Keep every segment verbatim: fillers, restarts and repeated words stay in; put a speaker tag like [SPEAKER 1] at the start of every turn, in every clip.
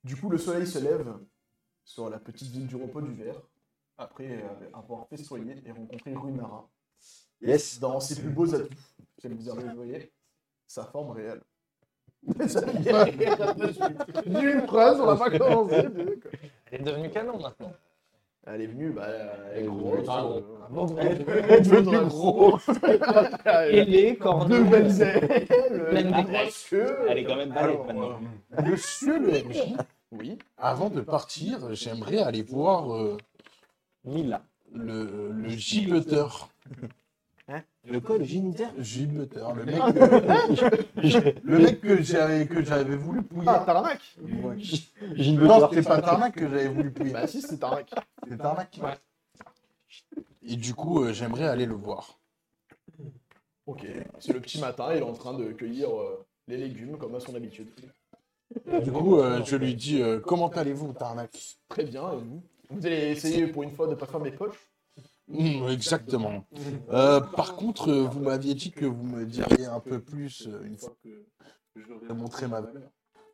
[SPEAKER 1] Du coup, le soleil se lève sur la petite ville du repos du Ver, après euh, avoir festoyé et rencontré Runara.
[SPEAKER 2] Yes.
[SPEAKER 1] Dans ses plus beaux atouts, qu'elle vous a révélé sa forme réelle. D'une phrase, on l'a pas commencé.
[SPEAKER 3] Elle est devenue canon maintenant.
[SPEAKER 1] Elle est venue, bah, elle est
[SPEAKER 2] Elle est
[SPEAKER 1] grosse.
[SPEAKER 2] devenue
[SPEAKER 1] euh,
[SPEAKER 3] Un beau gros.
[SPEAKER 1] Elle est devenue
[SPEAKER 2] gros.
[SPEAKER 3] Ailé, cornu.
[SPEAKER 1] Deux belles ailes,
[SPEAKER 3] Pleine
[SPEAKER 1] une
[SPEAKER 3] de
[SPEAKER 1] grosse queue.
[SPEAKER 3] Elle est quand même balèze
[SPEAKER 2] Alors,
[SPEAKER 3] maintenant.
[SPEAKER 2] euh, monsieur le M J,
[SPEAKER 1] Oui.
[SPEAKER 2] avant de partir, j'aimerais aller voir euh,
[SPEAKER 3] Mila.
[SPEAKER 2] le, le gibbeteur.
[SPEAKER 3] Le quoi, le géniteur?
[SPEAKER 2] Gibbeteur, le mec, que- le mec que j'avais que j'avais voulu pouiller.
[SPEAKER 1] Ah, Tarnac.
[SPEAKER 2] Non, c'était pas Tarnac que j'avais voulu pouiller.
[SPEAKER 1] Bah si, c'est Tarnac.
[SPEAKER 2] C'était Tarnac.
[SPEAKER 3] Ouais.
[SPEAKER 2] Et du coup, euh, j'aimerais aller le voir.
[SPEAKER 1] Ok. C'est le petit matin, il est en train de cueillir euh, les légumes comme à son habitude.
[SPEAKER 2] Du coup, euh, je lui dis euh, comment allez-vous, Tarnac?
[SPEAKER 1] Très bien, et vous? Vous allez essayer pour une fois de pas faire mes poches?
[SPEAKER 2] Mm, exactement. Euh, par contre, euh, vous m'aviez dit que vous me diriez un peu plus euh, une fois que que j'aurais montré ma valeur.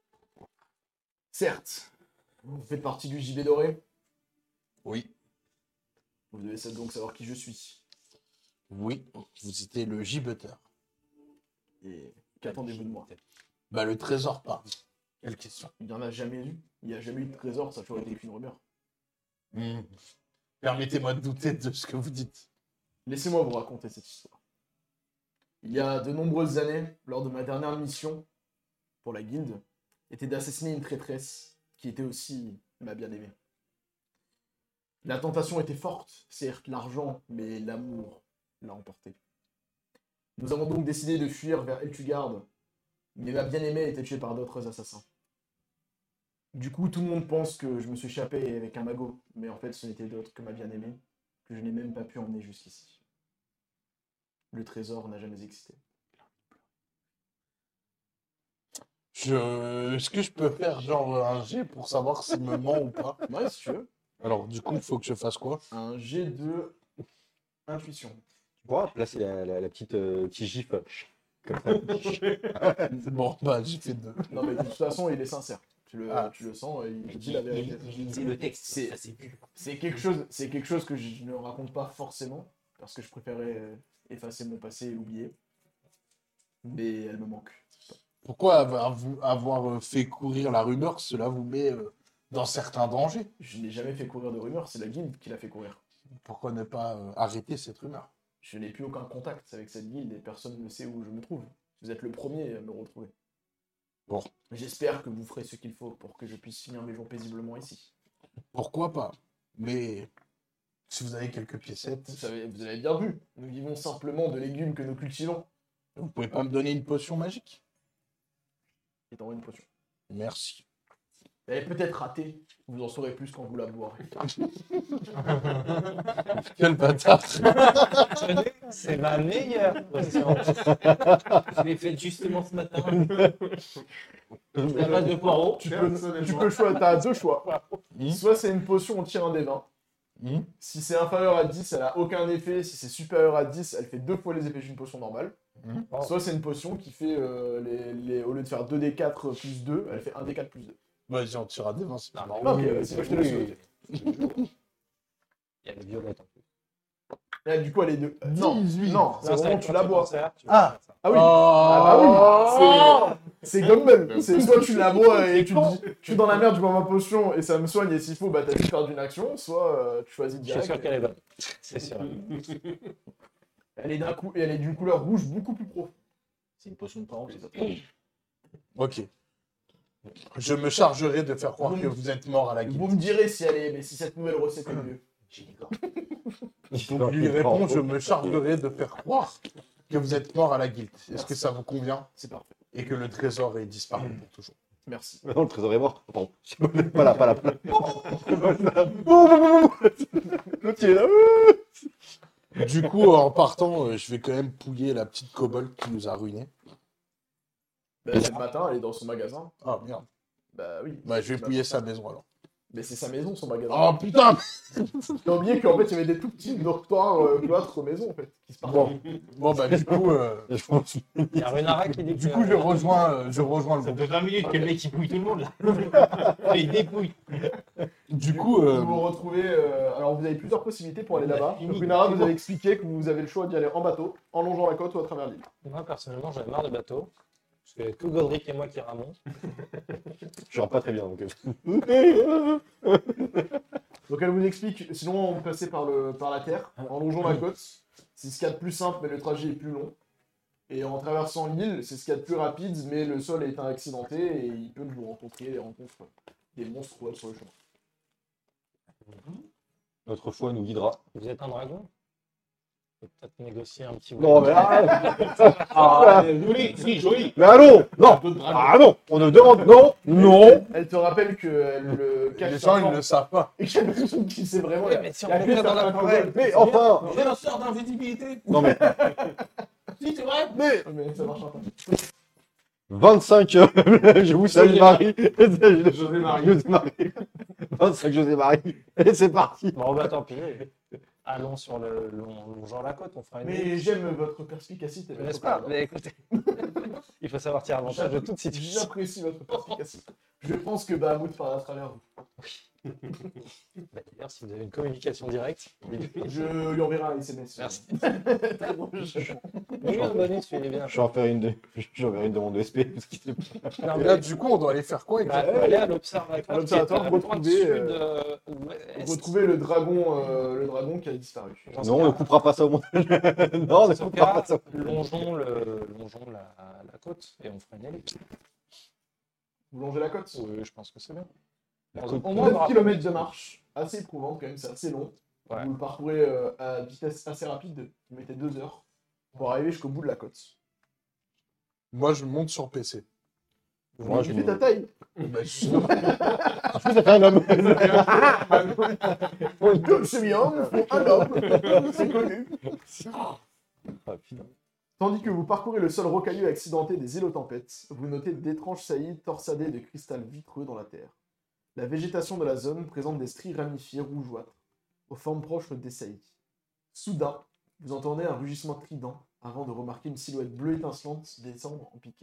[SPEAKER 1] Certes. Vous faites partie du J B doré.
[SPEAKER 2] Oui,
[SPEAKER 1] Vous devez donc savoir qui je suis.
[SPEAKER 2] oui, vous étiez le gibbeteur.
[SPEAKER 1] Et qu'attendez-vous de moi?
[SPEAKER 2] Bah, le trésor pas. Quelle question.
[SPEAKER 1] Il n'y en a jamais eu. Il n'y a jamais eu de trésor, ça a toujours été qu'une rumeur.
[SPEAKER 2] Mm. Permettez-moi de douter de ce que vous dites.
[SPEAKER 1] Laissez-moi vous raconter cette histoire. Il y a de nombreuses années, lors de ma dernière mission pour la guilde, était d'assassiner une traîtresse qui était aussi ma bien-aimée. La tentation était forte, certes l'argent, mais l'amour l'a emporté. Nous avons donc décidé de fuir vers Eltugard, mais ma bien-aimée était tuée par d'autres assassins. Du coup, tout le monde pense que je me suis échappé avec un magot, mais en fait, ce n'était d'autre que ma bien-aimée, que je n'ai même pas pu emmener jusqu'ici. Le trésor n'a jamais existé.
[SPEAKER 2] Je... Est-ce que je peux faire genre un jet pour savoir s'il me ment ou pas?
[SPEAKER 1] Ouais, si tu veux.
[SPEAKER 2] Alors, du coup, il faut que je fasse quoi?
[SPEAKER 1] Un jet de intuition.
[SPEAKER 3] Tu pourras placer la, la, la petite euh, petit gif. Comme ça.
[SPEAKER 2] Bon, bah, j'ai fait deux.
[SPEAKER 1] Non, mais de toute façon, il est sincère. Tu le,
[SPEAKER 2] Ah.
[SPEAKER 1] tu le sens, et il dit la vérité.
[SPEAKER 3] Il lisait le texte.
[SPEAKER 1] C'est-
[SPEAKER 3] Ça, c'est vu.
[SPEAKER 1] C'est quelque chose, c'est quelque chose que je ne raconte pas forcément, parce que je préférais euh, effacer mon passé et l'oublier. Mais elle me manque.
[SPEAKER 2] Pourquoi avoir, vous- avoir euh, fait courir la rumeur, cela vous met euh, dans certains dangers?
[SPEAKER 1] Je n'ai jamais fait courir de rumeurs, c'est la guilde qui l'a fait courir.
[SPEAKER 2] Pourquoi ne pas euh, arrêter cette rumeur?
[SPEAKER 1] Je n'ai plus aucun contact avec cette guilde et personne ne sait où je me trouve. Vous êtes le premier à me retrouver.
[SPEAKER 2] Bon.
[SPEAKER 1] J'espère que vous ferez ce qu'il faut pour que je puisse finir mes jours paisiblement ici.
[SPEAKER 2] Pourquoi pas? Mais si vous avez quelques piécettes,
[SPEAKER 1] Vous savez, vous avez bien vu, nous vivons simplement de légumes que nous cultivons.
[SPEAKER 2] vous pouvez pas me donner une potion magique?
[SPEAKER 1] Et t'envoie une potion.
[SPEAKER 2] Merci.
[SPEAKER 1] Elle est peut-être ratée, vous en saurez plus quand vous la boirez.
[SPEAKER 2] Quel bâtard!
[SPEAKER 3] C'est ma meilleure potion. Je l'ai faite justement ce matin. La base de poireaux.
[SPEAKER 1] Tu peux, tu peux choisir, t'as deux choix.
[SPEAKER 2] Hmm.
[SPEAKER 1] Soit c'est une potion, on tire un des vingt.
[SPEAKER 2] Hmm.
[SPEAKER 1] Si c'est inférieur à dix, elle a aucun effet. Si c'est supérieur à dix, elle fait deux fois les effets d'une potion normale.
[SPEAKER 2] Hmm.
[SPEAKER 3] Oh.
[SPEAKER 1] Soit c'est une potion qui fait, euh, les, les- au lieu de faire deux d quatre plus deux, elle fait un d quatre plus deux.
[SPEAKER 2] Vas-y, on tire à des vingt, c'est pas
[SPEAKER 1] Non, ok, c'est moi je te laisse choisir.
[SPEAKER 3] Il y a les violettes en plus.
[SPEAKER 1] Et du coup, elle est deux. Euh, non,
[SPEAKER 2] dix-huit.
[SPEAKER 1] non, c'est au moment où tu la bois.
[SPEAKER 2] Ah.
[SPEAKER 1] Ah oui.
[SPEAKER 2] Oh.
[SPEAKER 1] Ah bah oui, c'est c'est Gumball. C'est soit tu la bois et tu te dis, je suis dans la merde, je bois ma potion et ça me soigne et s'il faut, bah t'as pu faire d'une action, soit euh, tu choisis
[SPEAKER 3] Je suis
[SPEAKER 1] direct.
[SPEAKER 3] sûr qu'elle est bonne. C'est sûr.
[SPEAKER 1] Elle est d'un coup et elle est d'une couleur rouge beaucoup plus profonde. C'est une potion de parents, c'est ça.
[SPEAKER 2] Ok. Je me chargerai de faire croire que vous êtes mort à la
[SPEAKER 1] Vous
[SPEAKER 2] guilde.
[SPEAKER 1] me direz si elle est, mais si cette nouvelle recette est mieux.
[SPEAKER 3] J'ai des gants.
[SPEAKER 2] Donc, lui répond, je me chargerai de faire croire que vous êtes mort à la guilde. Est-ce que ça vous convient?
[SPEAKER 1] C'est parfait.
[SPEAKER 2] Et que le trésor est disparu pour toujours.
[SPEAKER 1] Merci.
[SPEAKER 3] Non, le trésor est mort. Pardon. Pas là, pas là. Pas là.
[SPEAKER 1] L'autre il est là.
[SPEAKER 2] Du coup, en partant, euh, je vais quand même pouiller la petite kobold qui nous a ruinés.
[SPEAKER 1] Bah, c'est le matin, elle est dans son magasin.
[SPEAKER 2] Ah merde.
[SPEAKER 1] Bah oui.
[SPEAKER 2] Bah, je vais pouiller sa maison alors.
[SPEAKER 1] Mais c'est sa maison, son magasin.
[SPEAKER 2] Oh putain.
[SPEAKER 1] T'as oublié qu'en fait, il y avait des tout petits dortoirs euh, cloîtres aux maisons, en fait, qui se partageaient.
[SPEAKER 2] Bon, bon bah du coup, euh,
[SPEAKER 4] Je pense.
[SPEAKER 3] Il y a Runara qui dit
[SPEAKER 2] du
[SPEAKER 3] que-
[SPEAKER 2] coup je rejoins, euh, je rejoins le
[SPEAKER 3] Ça
[SPEAKER 2] groupe.
[SPEAKER 3] fait vingt minutes que le mec il bouille tout le monde là. Il dépouille.
[SPEAKER 2] Du coup, euh,
[SPEAKER 1] Vous vous retrouvez. euh, alors, vous avez plusieurs possibilités pour aller
[SPEAKER 3] On a
[SPEAKER 1] là-bas.
[SPEAKER 3] fini,
[SPEAKER 1] Runara
[SPEAKER 3] c'est
[SPEAKER 1] vous
[SPEAKER 3] bon.
[SPEAKER 1] avez expliqué que vous avez le choix d'y aller en bateau, en longeant la côte ou à travers l'île.
[SPEAKER 3] Moi personnellement j'en ai marre de bateau. Parce qu'il n'y a que Godric et moi qui ramons.
[SPEAKER 4] Je rentre pas très bien. Donc... euh.
[SPEAKER 1] Donc, elle vous explique. Sinon, on passait par, le, par la terre, en longeant la côte. C'est ce qu'il y a de plus simple, mais le trajet est plus long. Et en traversant l'île, c'est ce qu'il y a de plus rapide, mais le sol est accidenté et il peut vous rencontrer des rencontres, des monstres ouais, sur le chemin.
[SPEAKER 4] Notre foi nous guidera.
[SPEAKER 3] Vous êtes un dragon? On peut peut-être négocier un petit
[SPEAKER 4] Non, mais ah,
[SPEAKER 3] Ah, joli, si, joli.
[SPEAKER 4] mais allons. Non. Ah non. On ne demande non. Non.
[SPEAKER 1] Elle te rappelle que elle le cache
[SPEAKER 2] les
[SPEAKER 1] sa
[SPEAKER 2] gens ils
[SPEAKER 1] forme
[SPEAKER 2] le savent pas.
[SPEAKER 1] et qu'il y a personne qui sait vraiment.
[SPEAKER 3] Ouais, mais si
[SPEAKER 1] Il y a
[SPEAKER 3] on
[SPEAKER 1] que
[SPEAKER 3] rentrait dans la
[SPEAKER 1] certains
[SPEAKER 3] forêt.
[SPEAKER 1] kobolds.
[SPEAKER 4] Mais enfin.
[SPEAKER 3] J'ai un sort d'invisibilité.
[SPEAKER 4] Non mais
[SPEAKER 3] Si, c'est vrai.
[SPEAKER 1] Mais, mais ça marchera pas.
[SPEAKER 4] vingt-cinq. euh, je vous salue Marie.
[SPEAKER 5] José Marie.
[SPEAKER 4] José Marie. vingt-cinq José Marie. Et c'est parti.
[SPEAKER 3] Bon, bah tant pis. Allons sur le long, longeant la côte, on fera une.
[SPEAKER 1] Mais j'aime votre perspicacité. votre
[SPEAKER 3] N'est-ce pas?
[SPEAKER 1] commandant.
[SPEAKER 3] Mais écoutez, il faut savoir tirer avantage de toute situation.
[SPEAKER 1] J'apprécie votre perspicacité. Je pense que Bahamut parle à travers vous.
[SPEAKER 3] Bah, D'ailleurs, si vous avez une communication directe,
[SPEAKER 1] Je lui enverrai un S M S.
[SPEAKER 3] Merci.
[SPEAKER 1] Très bon jeu.
[SPEAKER 3] oui, un bonus, il est bien.
[SPEAKER 4] Je vais en faire une de. Je vais en faire une demande de S P. Parce qu'il te plaît.
[SPEAKER 3] Non,
[SPEAKER 2] Et
[SPEAKER 3] mais-
[SPEAKER 2] là du coup on doit aller faire quoi
[SPEAKER 3] Bah,
[SPEAKER 2] exactement?
[SPEAKER 3] aller à l'observatoire.
[SPEAKER 1] À l'observatoire,
[SPEAKER 3] qui est à la
[SPEAKER 1] retrouver,
[SPEAKER 3] droite
[SPEAKER 1] euh,
[SPEAKER 3] sud, euh, ouest.
[SPEAKER 1] Retrouver le dragon, euh, le dragon qui a disparu.
[SPEAKER 3] Dans ce
[SPEAKER 4] Non, on ne
[SPEAKER 3] cas,
[SPEAKER 4] coupera pas ça au montage. non, on
[SPEAKER 3] dans
[SPEAKER 4] ne
[SPEAKER 3] ce
[SPEAKER 4] coupera
[SPEAKER 3] cas,
[SPEAKER 4] pas ça.
[SPEAKER 3] longeons, le, longeons la, la côte et on fera une ellipse.
[SPEAKER 1] Vous longez la côte.
[SPEAKER 3] Oui, je pense que c'est bien.
[SPEAKER 4] La
[SPEAKER 3] Au
[SPEAKER 4] côte-
[SPEAKER 3] moins, on
[SPEAKER 1] neuf
[SPEAKER 3] aura-
[SPEAKER 1] kilomètres de marche, assez éprouvante quand même, c'est assez long.
[SPEAKER 3] Ouais.
[SPEAKER 1] Vous le parcourez euh, à vitesse assez rapide, vous mettez deux heures pour arriver jusqu'au bout de la côte.
[SPEAKER 2] Moi je monte sur P C.
[SPEAKER 4] Moi,
[SPEAKER 1] tu
[SPEAKER 4] je
[SPEAKER 1] fais ta taille.
[SPEAKER 2] Bah, je-
[SPEAKER 4] ça fait un homme.
[SPEAKER 1] Deux semi-hommes font un homme. C'est connu.
[SPEAKER 4] Ah, putain.
[SPEAKER 1] Tandis que vous parcourez le sol rocailleux et accidenté des îles aux tempêtes, vous notez d'étranges saillies torsadées de cristal vitreux dans la terre. La végétation de la zone présente des stries ramifiées rougeâtres, aux formes proches des saillies. Soudain, vous entendez un rugissement trident avant de remarquer une silhouette bleue étincelante descendre en piqué.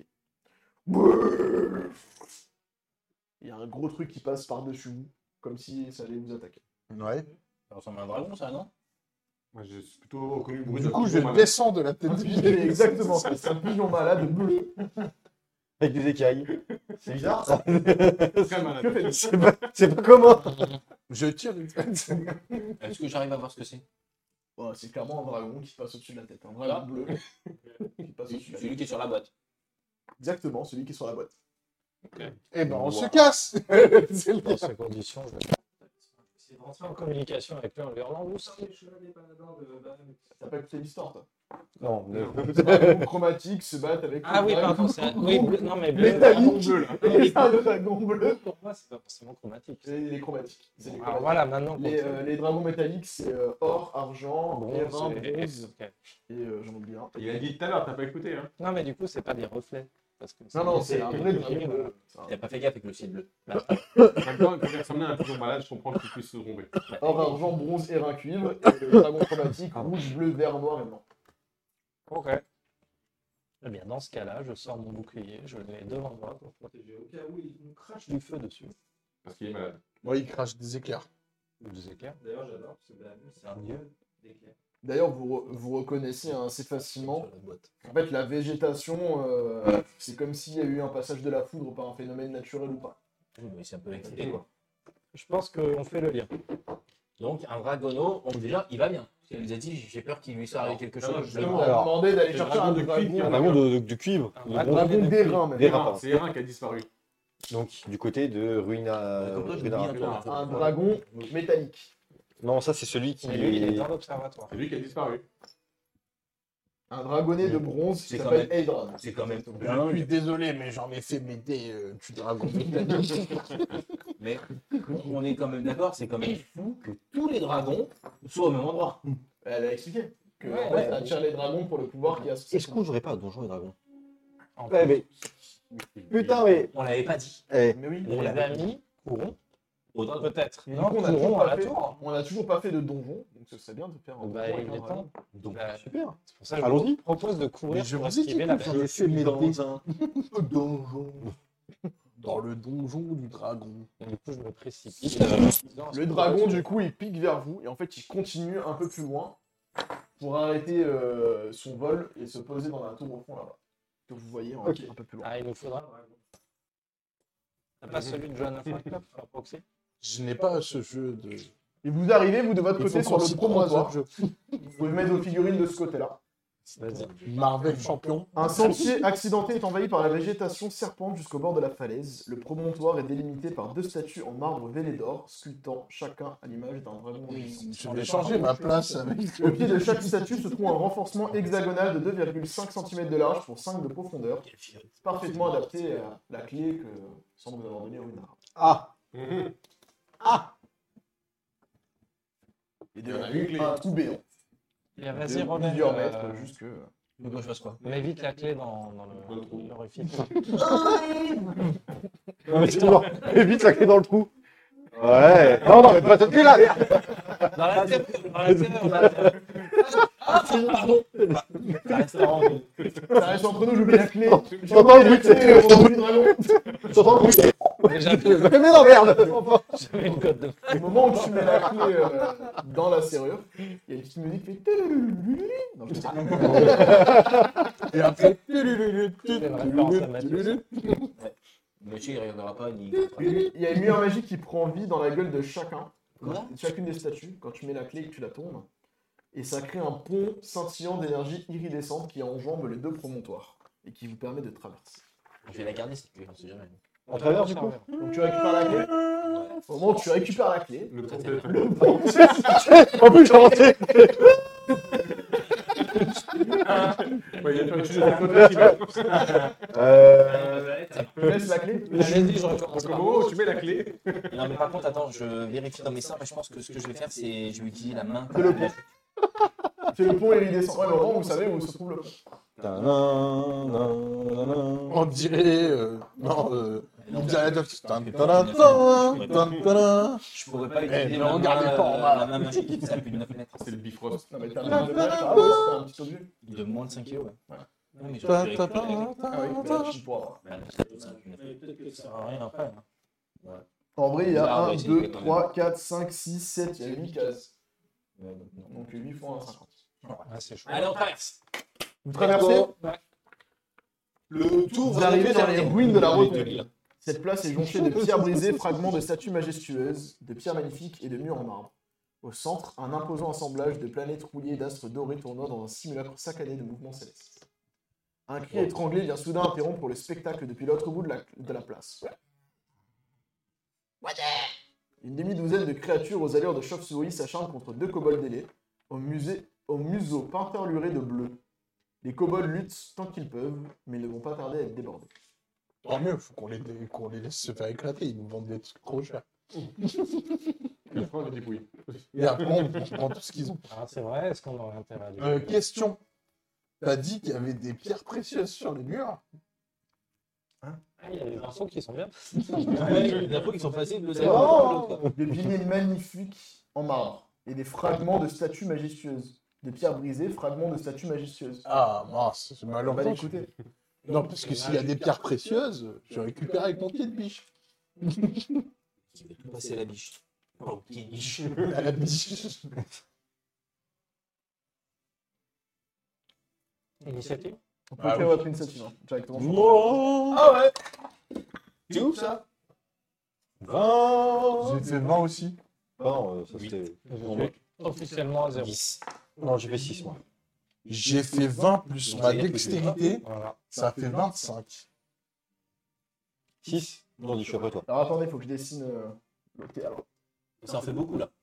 [SPEAKER 1] Il y a un gros truc qui passe par-dessus vous, comme si ça allait vous attaquer.
[SPEAKER 2] Ouais.
[SPEAKER 3] Ça ressemble à un dragon, ça, non?
[SPEAKER 5] Moi, j'ai plutôt reconnu le bruit
[SPEAKER 2] Du
[SPEAKER 5] d'un
[SPEAKER 2] coup je
[SPEAKER 5] pigeon malade.
[SPEAKER 2] descends de la tête du
[SPEAKER 1] C'est exactement ça, c'est un pigeon malade bleu.
[SPEAKER 4] Avec des écailles. C'est bizarre ça.
[SPEAKER 5] Très malade.
[SPEAKER 1] Que faites-vous?
[SPEAKER 4] C'est pas, c'est pas commun.
[SPEAKER 2] Je tire une tête.
[SPEAKER 3] Est-ce que j'arrive à voir ce que c'est?
[SPEAKER 1] Ouais, c'est clairement un dragon qui passe au-dessus de la tête. Un dragon
[SPEAKER 3] Ah.
[SPEAKER 1] bleu qui passe au-dessus de la
[SPEAKER 3] Celui
[SPEAKER 1] tête.
[SPEAKER 3] qui est sur la boîte.
[SPEAKER 1] Exactement, celui qui est sur la boîte.
[SPEAKER 2] Eh ben on
[SPEAKER 3] Wow.
[SPEAKER 2] se casse. C'est le
[SPEAKER 3] Dans ces conditions, je vais essayer de rentrer en communication avec lui en lui hurlant. Vous savez, je suis l'un des paladins de Bahamut.
[SPEAKER 1] T'as pas écouté l'histoire, toi?
[SPEAKER 4] Non, ne-
[SPEAKER 1] Les dragons chromatiques se battent avec
[SPEAKER 3] Ah
[SPEAKER 1] le
[SPEAKER 3] oui,
[SPEAKER 1] dragon
[SPEAKER 3] pardon, c'est un... Oui, bleu- non mais bleu.
[SPEAKER 1] métallique.
[SPEAKER 5] bleu, là.
[SPEAKER 1] Et un dragon bleu.
[SPEAKER 3] Pour moi, c'est pas forcément chromatique.
[SPEAKER 1] C'est les chromatiques. C'est les
[SPEAKER 3] Alors
[SPEAKER 1] chromatiques.
[SPEAKER 3] voilà, maintenant.
[SPEAKER 1] Les,
[SPEAKER 3] qu'on-
[SPEAKER 1] euh, les dragons métalliques, c'est euh, or, argent,
[SPEAKER 3] Bronze
[SPEAKER 1] airain,
[SPEAKER 3] et-
[SPEAKER 1] bronze,
[SPEAKER 3] ok.
[SPEAKER 1] et euh, j'en oublie un.
[SPEAKER 5] Il a dit tout à l'heure, t'as pas écouté, hein.
[SPEAKER 3] Non, mais du coup, c'est pas des reflets. Parce que
[SPEAKER 1] Non, non, c'est un vrai
[SPEAKER 3] écrit,
[SPEAKER 1] dragon
[SPEAKER 3] voilà.
[SPEAKER 1] bleu. C'est un-
[SPEAKER 3] Il a pas fait gaffe avec le ciel bleu. Bah,
[SPEAKER 5] En même temps, quand il ressemblait à un pigeon malade, je comprends qu'il puisse se tromper.
[SPEAKER 1] Or, argent, bronze, airain, cuivre, et le dragon chromatique, rouge, bleu, vert, noir et blanc.
[SPEAKER 3] ok. Eh bien, dans ce cas-là, je sors mon bouclier, je le mets devant moi pour protéger au cas où il nous crache du feu dessus.
[SPEAKER 5] Parce qu'il est malade.
[SPEAKER 2] Ouais, il crache des éclairs.
[SPEAKER 3] Ou des éclairs. D'ailleurs, j'adore, parce que Bahamut, c'est un dieu d'éclairs.
[SPEAKER 1] D'ailleurs, vous, re- vous reconnaissez hein, assez facilement.
[SPEAKER 3] Sur la boîte.
[SPEAKER 1] En fait, la végétation, euh, c'est comme s'il y a eu un passage de la foudre par un phénomène naturel ou pas.
[SPEAKER 3] Oui, mais c'est un peu excité, quoi. Je pense qu'on fait le lien. Donc, un dragono, on déjà, il va bien. Parce qu'elle nous a dit, j'ai peur qu'il lui soit arrivé quelque
[SPEAKER 5] non,
[SPEAKER 3] chose.
[SPEAKER 5] justement,
[SPEAKER 1] On a
[SPEAKER 4] Alors,
[SPEAKER 1] demandé d'aller
[SPEAKER 5] le
[SPEAKER 1] chercher
[SPEAKER 5] dragon
[SPEAKER 1] un
[SPEAKER 5] de
[SPEAKER 1] dragon,
[SPEAKER 5] cuivre,
[SPEAKER 4] Un dragon de, de- de cuivre.
[SPEAKER 3] Un
[SPEAKER 4] de
[SPEAKER 3] dragon
[SPEAKER 4] bronze.
[SPEAKER 1] dragon d'airain même.
[SPEAKER 4] Des
[SPEAKER 5] Erin,
[SPEAKER 4] pardon.
[SPEAKER 5] c'est Erin qui a disparu.
[SPEAKER 4] Donc, du côté de Ruina.
[SPEAKER 3] Comme toi, je
[SPEAKER 4] Ruina-
[SPEAKER 3] dis un peu, en fait.
[SPEAKER 1] Un dragon métallique.
[SPEAKER 4] Non, ça, c'est celui qui.
[SPEAKER 3] Mais lui, il est dans l'observatoire.
[SPEAKER 5] C'est lui qui a disparu.
[SPEAKER 1] Un dragonnet de bronze qui
[SPEAKER 3] C'est quand
[SPEAKER 1] s'appelle
[SPEAKER 3] même-
[SPEAKER 1] Eldrad.
[SPEAKER 3] C'est quand même.
[SPEAKER 2] Je suis désolé, mais j'en ai fait m'aider euh, du dragon métallique.
[SPEAKER 3] Mais on est quand même d'accord, c'est quand même fou que tous les dragons soient au même endroit.
[SPEAKER 1] Elle a expliqué que
[SPEAKER 3] Ouais,
[SPEAKER 1] en fait,
[SPEAKER 3] ouais.
[SPEAKER 1] elle attire les dragons pour le pouvoir qu'il y a.
[SPEAKER 4] Est-ce qu'on jouerait pas à Donjons et Dragons
[SPEAKER 3] En
[SPEAKER 4] Ouais, mais. Putain, mais.
[SPEAKER 3] On l'avait pas dit.
[SPEAKER 4] Eh,
[SPEAKER 1] Mais oui.
[SPEAKER 3] On l'avait mis, courons, Au dragon. Peut-être.
[SPEAKER 1] Et du
[SPEAKER 3] Non,
[SPEAKER 1] coup, on a
[SPEAKER 3] courons
[SPEAKER 1] toujours
[SPEAKER 3] à
[SPEAKER 1] pas
[SPEAKER 3] la
[SPEAKER 1] fait-
[SPEAKER 3] tour.
[SPEAKER 1] On n'a toujours pas fait de donjon, donc ce serait bien de faire un
[SPEAKER 3] Bah,
[SPEAKER 1] donjon
[SPEAKER 3] il
[SPEAKER 1] avec
[SPEAKER 3] est
[SPEAKER 1] un dragon.
[SPEAKER 3] temps.
[SPEAKER 5] Donc,
[SPEAKER 3] Bah,
[SPEAKER 4] Super.
[SPEAKER 3] c'est pour ça que je
[SPEAKER 4] Allons-y.
[SPEAKER 3] vous propose de
[SPEAKER 2] Mais
[SPEAKER 3] courir
[SPEAKER 2] je
[SPEAKER 3] pour
[SPEAKER 2] vous ai dit
[SPEAKER 3] esquiver
[SPEAKER 2] que
[SPEAKER 3] la
[SPEAKER 2] vous
[SPEAKER 3] bête.
[SPEAKER 2] laissez m'aider.
[SPEAKER 5] dans un
[SPEAKER 2] Donjon. Dans le donjon du dragon.
[SPEAKER 3] Et Du coup, je me précipite. euh,
[SPEAKER 1] Le dragon, du coup, il pique vers vous et en fait, il continue un peu plus loin pour arrêter euh, son vol et se poser dans la tour au fond là-bas. Que vous voyez hein,
[SPEAKER 4] Ok.
[SPEAKER 1] un peu plus loin.
[SPEAKER 3] Ah, il nous faudra. T'as pas celui de Johanna Franklin sur Proxy?
[SPEAKER 2] Je n'ai pas ce jeu de.
[SPEAKER 1] Et vous arrivez, vous, de votre
[SPEAKER 2] Il
[SPEAKER 1] côté,
[SPEAKER 2] faut
[SPEAKER 1] sur
[SPEAKER 2] qu'on
[SPEAKER 1] le
[SPEAKER 2] s'y croise,
[SPEAKER 1] promontoire.
[SPEAKER 2] ce jeu.
[SPEAKER 1] Vous pouvez mettre vos figurines de ce côté-là.
[SPEAKER 3] Vas-y.
[SPEAKER 2] Marvel champion.
[SPEAKER 1] Un sentier accidenté est envahi par la végétation serpente jusqu'au bord de la falaise. Le promontoire est délimité par deux statues en marbre vêlées d'or, sculptant chacun à l'image d'un dragon.
[SPEAKER 2] Je vais changer ma place avec.
[SPEAKER 1] Au pied de chaque statue se trouve un renforcement hexagonal de deux virgule cinq centimètres de large pour cinq de profondeur, parfaitement adapté à la clé que semble vous avoir donnée Runar.
[SPEAKER 4] Ah.
[SPEAKER 1] Et de un trou béant.
[SPEAKER 3] Et vas-y,
[SPEAKER 1] De
[SPEAKER 3] remets.
[SPEAKER 1] plusieurs
[SPEAKER 3] euh,
[SPEAKER 1] mètres jusque.
[SPEAKER 3] Donc, moi, je fasse quoi? Mets vite la clé dans, dans
[SPEAKER 5] Dans
[SPEAKER 3] le,
[SPEAKER 5] le trou.
[SPEAKER 3] l'orifice.
[SPEAKER 4] Non, mais c'est toujours. Évite la clé dans le trou. Ouais. Non, non, mais pas cette clé-là.
[SPEAKER 3] Dans la terre, dans la terre, dans la terre. Ah, pardon. Ça reste en haut.
[SPEAKER 1] Ça reste entre nous, j'oublie la clé.
[SPEAKER 4] J'entends le bruit.
[SPEAKER 1] clé au bout du dragon.
[SPEAKER 4] J'entends le bruit.
[SPEAKER 3] Déjà,
[SPEAKER 4] Mais non, merde.
[SPEAKER 3] j'avais une cote de.
[SPEAKER 1] Au moment où tu mets la clé euh, dans la serrure, il y a une petite musique qui fait. Non, je sais pas.
[SPEAKER 2] Et après.
[SPEAKER 3] C'est une référence à Mathieu.
[SPEAKER 6] Monsieur, il regardera pas ni.
[SPEAKER 1] Il y a une lumière magique qui prend vie dans la gueule de chacun,
[SPEAKER 6] Quoi
[SPEAKER 1] chacune des statues, quand tu mets la clé et que tu la tournes. Et ça crée un pont scintillant d'énergie iridescente qui enjambe les deux promontoires et qui vous permet de traverser.
[SPEAKER 6] Je vais la garder cette clé, on sait jamais.
[SPEAKER 4] On travers du coup.
[SPEAKER 1] Donc tu récupères la clé. Au moment où tu récupères la clé,
[SPEAKER 5] Le
[SPEAKER 6] Ça,
[SPEAKER 5] trou-
[SPEAKER 6] c'est
[SPEAKER 1] le pont
[SPEAKER 4] En plus, j'ai inventé.
[SPEAKER 5] Ouais, il y a plein de choses à côté qui va.
[SPEAKER 4] Euh.
[SPEAKER 1] tu laisses la clé.
[SPEAKER 3] Allez-y, je recommence.
[SPEAKER 5] Donc, au moment où tu mets la clé,
[SPEAKER 6] Non, mais par contre, attends, je vérifie dans mes sorts, mais je pense que ce que je vais faire, c'est. Je vais utiliser la main.
[SPEAKER 1] C'est le pont. C'est le pont iridescent. Ouais, mais au moment où vous savez où se trouve le pont.
[SPEAKER 2] On dirait. euh, Non, euh.
[SPEAKER 6] Non,
[SPEAKER 2] On dirait. Tan, tan,
[SPEAKER 6] Je
[SPEAKER 2] tan, tan, tan, tan.
[SPEAKER 6] Je pourrais pas
[SPEAKER 2] Eh,
[SPEAKER 6] utiliser
[SPEAKER 2] ne
[SPEAKER 6] ma
[SPEAKER 2] regardez
[SPEAKER 6] main,
[SPEAKER 2] pas en
[SPEAKER 6] euh,
[SPEAKER 2] bas.
[SPEAKER 6] la main magique, ça a plus de neuf mètres.
[SPEAKER 5] c'est le Bifrost.
[SPEAKER 1] Non, mais t'as un de mètre, ah ouais, c'est un petit objet.
[SPEAKER 6] De moins de cinq kilos, ouais.
[SPEAKER 1] Voilà.
[SPEAKER 6] Non, mais je
[SPEAKER 2] Ta,
[SPEAKER 6] vais
[SPEAKER 2] ta,
[SPEAKER 6] récupérer la
[SPEAKER 2] ta,
[SPEAKER 6] clé.
[SPEAKER 1] Ah oui,
[SPEAKER 2] ta,
[SPEAKER 1] mais
[SPEAKER 2] ta.
[SPEAKER 1] tu pourras.
[SPEAKER 6] Bah, c'est tout ça, je vais mettre.
[SPEAKER 3] Peut-être que ça sert à rien après. hein.
[SPEAKER 1] En vrai, il y
[SPEAKER 6] Ah,
[SPEAKER 1] a
[SPEAKER 6] ouais,
[SPEAKER 1] un,
[SPEAKER 6] c'est
[SPEAKER 1] deux,
[SPEAKER 6] quand même.
[SPEAKER 1] trois, quatre, cinq, six, sept, il y a huit cases.
[SPEAKER 6] Ouais, donc, non.
[SPEAKER 1] Donc huit fois un cinquante.
[SPEAKER 3] Ouais, c'est chaud.
[SPEAKER 6] Allez, on traverse.
[SPEAKER 1] Vous traversez,
[SPEAKER 6] Le tour.
[SPEAKER 1] vous arrivez dans les ruines de la rotonde. Cette place est jonchée de pierres brisées, fragments de statues majestueuses, de pierres magnifiques et de murs en marbre. Au centre, un imposant assemblage de planètes rouillées d'astres dorés tournant dans un simulacre saccadé de mouvements célestes. Un cri étranglé vient soudain interrompre le spectacle depuis l'autre bout de la, de la place. Une demi-douzaine de créatures aux allures de chauve-souris s'acharnent contre deux kobolds ailés, au, musée, au museau peinturluré de bleu. Les kobolds luttent tant qu'ils peuvent, mais ils ne vont pas tarder à être débordés.
[SPEAKER 2] Tant mieux, faut qu'on les, qu'on les laisse se faire éclater. Ils nous vendent des trucs trop chers.
[SPEAKER 5] Le frein, je dépouille.
[SPEAKER 2] Et après, on prend tout ce qu'ils ont.
[SPEAKER 3] Ah, c'est vrai, est-ce qu'on aurait intérêt à dire
[SPEAKER 2] Euh, question. T'as dit qu'il y avait des pierres précieuses sur les murs?
[SPEAKER 3] Ah, il y a des infos qui sont bien.
[SPEAKER 6] Les infos qui sont faciles de le
[SPEAKER 1] C'est
[SPEAKER 6] savoir.
[SPEAKER 1] vraiment des piliers magnifiques en marbre et des fragments de statues majestueuses. Des pierres brisées, fragments de statues majestueuses.
[SPEAKER 2] Ah, mince, c'est mal
[SPEAKER 1] On va
[SPEAKER 2] entendu.
[SPEAKER 1] l'écouter.
[SPEAKER 2] Non, parce que s'il y a des pierres précieuses, je récupère avec mon pied de biche.
[SPEAKER 6] Qui veut tout passer à la biche. Oh, qui biche.
[SPEAKER 2] À la biche.
[SPEAKER 3] Initiative.
[SPEAKER 1] On peut
[SPEAKER 2] Ah
[SPEAKER 1] créer
[SPEAKER 2] oui.
[SPEAKER 1] votre initiative hein, directement.
[SPEAKER 2] Oh
[SPEAKER 1] Ah ouais.
[SPEAKER 2] C'est où ça?
[SPEAKER 4] vingt.
[SPEAKER 2] J'ai fait vingt aussi.
[SPEAKER 4] Non, euh, ça c'était.
[SPEAKER 3] Officiellement à zéro.
[SPEAKER 6] dix.
[SPEAKER 4] Non, j'ai fait six moi.
[SPEAKER 2] J'ai fait vingt plus ma dextérité,
[SPEAKER 3] Voilà.
[SPEAKER 2] ça fait vingt-cinq.
[SPEAKER 4] six. Non, dis, je suis après toi.
[SPEAKER 1] Alors attendez, il faut que je dessine euh, le thé alors.
[SPEAKER 6] Ça en fait beaucoup, là.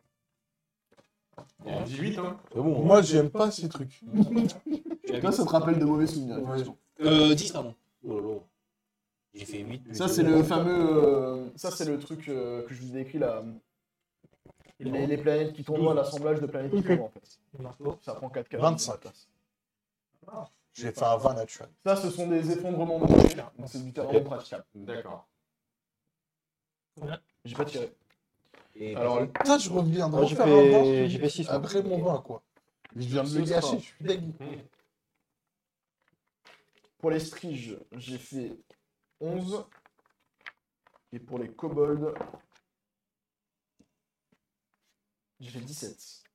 [SPEAKER 5] dix-huit, hein.
[SPEAKER 4] C'est bon. hein.
[SPEAKER 2] Moi, j'aime pas ces trucs.
[SPEAKER 1] Toi, ça te rappelle de mauvais souvenirs.
[SPEAKER 2] Ouais.
[SPEAKER 1] effectivement.
[SPEAKER 6] Euh, dix, pardon.
[SPEAKER 4] Oh là là.
[SPEAKER 6] J'ai fait huit. plus
[SPEAKER 1] Ça,
[SPEAKER 6] deux.
[SPEAKER 1] c'est le fameux. euh, ça, c'est le truc euh, que je vous ai écrit là. Les, les planètes qui tournoient, l'assemblage de planètes qui tournent en fait. Ça prend quatre cases.
[SPEAKER 2] vingt-cinq. J'ai fait un vingt naturel.
[SPEAKER 1] Ça, ce sont des effondrements de montée, donc c'est du terrain praticable.
[SPEAKER 5] D'accord.
[SPEAKER 1] J'ai pas tiré.
[SPEAKER 3] Et
[SPEAKER 1] Alors,
[SPEAKER 2] Ça, je reviendrai
[SPEAKER 4] Moi, j'ai
[SPEAKER 2] faire un vin
[SPEAKER 4] fait, j'ai fait six.
[SPEAKER 2] après mon vin, quoi. Je viens de
[SPEAKER 1] Ce
[SPEAKER 2] le
[SPEAKER 1] sera-
[SPEAKER 2] gâcher, je suis dégoûté.
[SPEAKER 1] pour les striges, j'ai fait onze. Et pour les kobolds, j'ai fait dix-sept.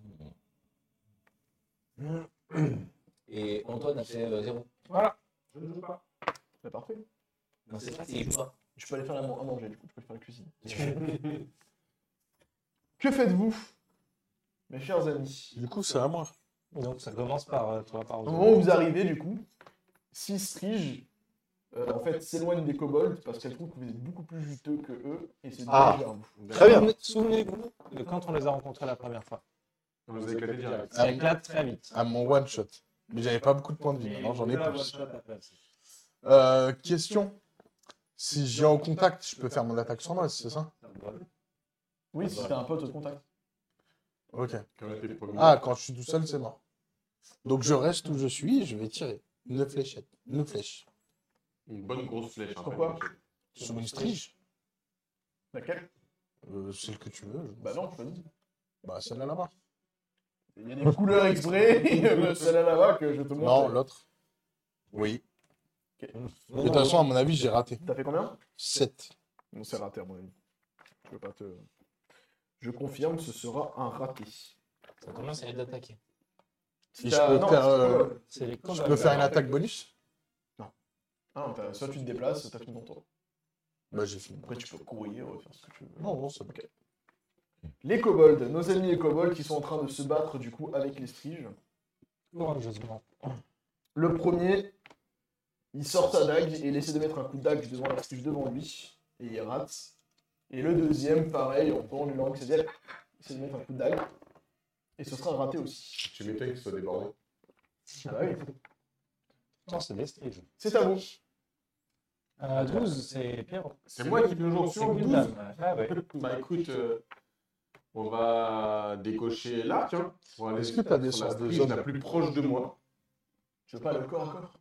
[SPEAKER 3] Et Antoine a fait euh, zéro.
[SPEAKER 5] Je ne joue pas.
[SPEAKER 1] Bah, parfait.
[SPEAKER 3] Non, c'est ça, c'est il joue pas.
[SPEAKER 1] Je peux aller faire la man- à manger, du coup, je peux faire la cuisine. Que faites-vous, mes chers amis?
[SPEAKER 2] Du coup, c'est à moi.
[SPEAKER 7] Donc ça commence par euh, toi, par
[SPEAKER 1] Au moment où vous arrivez, du coup, six striges, euh, en fait, s'éloignent des kobolds parce qu'elles trouvent que vous êtes beaucoup plus juteux que eux et se dirigent
[SPEAKER 4] Ah.
[SPEAKER 1] vers vous.
[SPEAKER 4] Très bien.
[SPEAKER 7] Souvenez- Souvenez-vous de quand on les a rencontrés la première fois.
[SPEAKER 5] On nous a éclaté direct.
[SPEAKER 7] Ça éclate très vite.
[SPEAKER 2] À mon one shot. Mais j'avais pas beaucoup de points de vie, maintenant j'en ai
[SPEAKER 7] Là,
[SPEAKER 2] plus.
[SPEAKER 7] one shot après aussi.
[SPEAKER 2] Euh, question. Si j'ai en contact, je peux faire mon attaque sans noise, c'est ça?
[SPEAKER 1] Oui, si t'as un pote au contact.
[SPEAKER 2] Ok.
[SPEAKER 5] Quand on était les premiers.
[SPEAKER 2] Ah, quand je suis tout seul, c'est mort. Donc je reste où je suis et je vais tirer. Une fléchette. Une flèche.
[SPEAKER 5] Une bonne grosse flèche. hein,
[SPEAKER 1] Pourquoi
[SPEAKER 5] quand même.
[SPEAKER 2] Sur une strige.
[SPEAKER 1] Laquelle?
[SPEAKER 2] Euh, celle que tu veux. je-
[SPEAKER 1] Bah non, choisis.
[SPEAKER 2] Bah celle-là là-bas.
[SPEAKER 1] Il y a des couleurs exprès, celle-là là-bas que je te montre.
[SPEAKER 2] Non, l'autre. Oui.
[SPEAKER 1] Ok.
[SPEAKER 2] De toute façon, à mon avis, j'ai raté.
[SPEAKER 1] T'as fait combien?
[SPEAKER 2] sept.
[SPEAKER 1] Non, c'est raté à mon avis. Je peux pas te... Je confirme, ce sera un raté.
[SPEAKER 3] Ça commence à être d'attaquer.
[SPEAKER 1] Si
[SPEAKER 2] Et je
[SPEAKER 1] t'as-
[SPEAKER 2] peux
[SPEAKER 1] non,
[SPEAKER 2] faire,
[SPEAKER 1] c'est
[SPEAKER 2] euh,
[SPEAKER 1] pas-
[SPEAKER 7] C'est les
[SPEAKER 2] Je peux faire une attaque bonus?
[SPEAKER 1] Ah, non, t'as- soit tu te déplaces, soit t'as tout dans toi.
[SPEAKER 2] Bah j'ai fini.
[SPEAKER 1] Après, tu peux courir, faire ce que tu veux.
[SPEAKER 2] Non, non, c'est
[SPEAKER 1] Ok. Les kobolds, nos amis les kobolds qui sont en train de se battre du coup avec les striges.
[SPEAKER 7] Courageusement.
[SPEAKER 1] Le premier, il sort sa dague et il essaie de mettre un coup de dague devant la strige devant lui. Et il rate. Et le deuxième, pareil, en prenant une langue cédienne, il essaie de mettre un coup de dague. Et ce sera un raté aussi.
[SPEAKER 5] Tu m'étonnes qu'il soit débordé.
[SPEAKER 1] Ah bah oui.
[SPEAKER 7] Non, c'est des striges.
[SPEAKER 1] C'est à vous.
[SPEAKER 7] Euh, douze, c'est Pierrot.
[SPEAKER 5] C'est moi qui toujours
[SPEAKER 7] C'est
[SPEAKER 5] sur douze.
[SPEAKER 7] Gundam. Ah ouais.
[SPEAKER 5] Bah écoute, euh, on va décocher là, tiens. On va aller
[SPEAKER 2] Est-ce que t'as des
[SPEAKER 5] sur la
[SPEAKER 2] sortes de
[SPEAKER 5] strige
[SPEAKER 2] zones
[SPEAKER 5] la plus proche de moi.
[SPEAKER 1] Tu veux pas aller au corps à corps?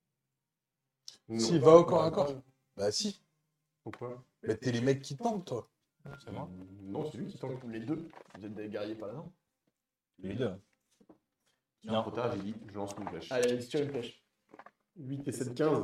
[SPEAKER 5] Non.
[SPEAKER 2] Si, va au corps à corps. Bah si.
[SPEAKER 5] Pourquoi?
[SPEAKER 2] Mais t'es les mecs qui tentent, toi.
[SPEAKER 7] C'est moi.
[SPEAKER 5] Non, c'est lui qui tente.
[SPEAKER 1] Les deux. Vous êtes des guerriers par là, non?
[SPEAKER 3] Les deux.
[SPEAKER 5] Non. Trop tard, j'ai dit, je lance une flèche.
[SPEAKER 1] Allez, allez, tire une flèche.
[SPEAKER 5] huit et sept, quinze.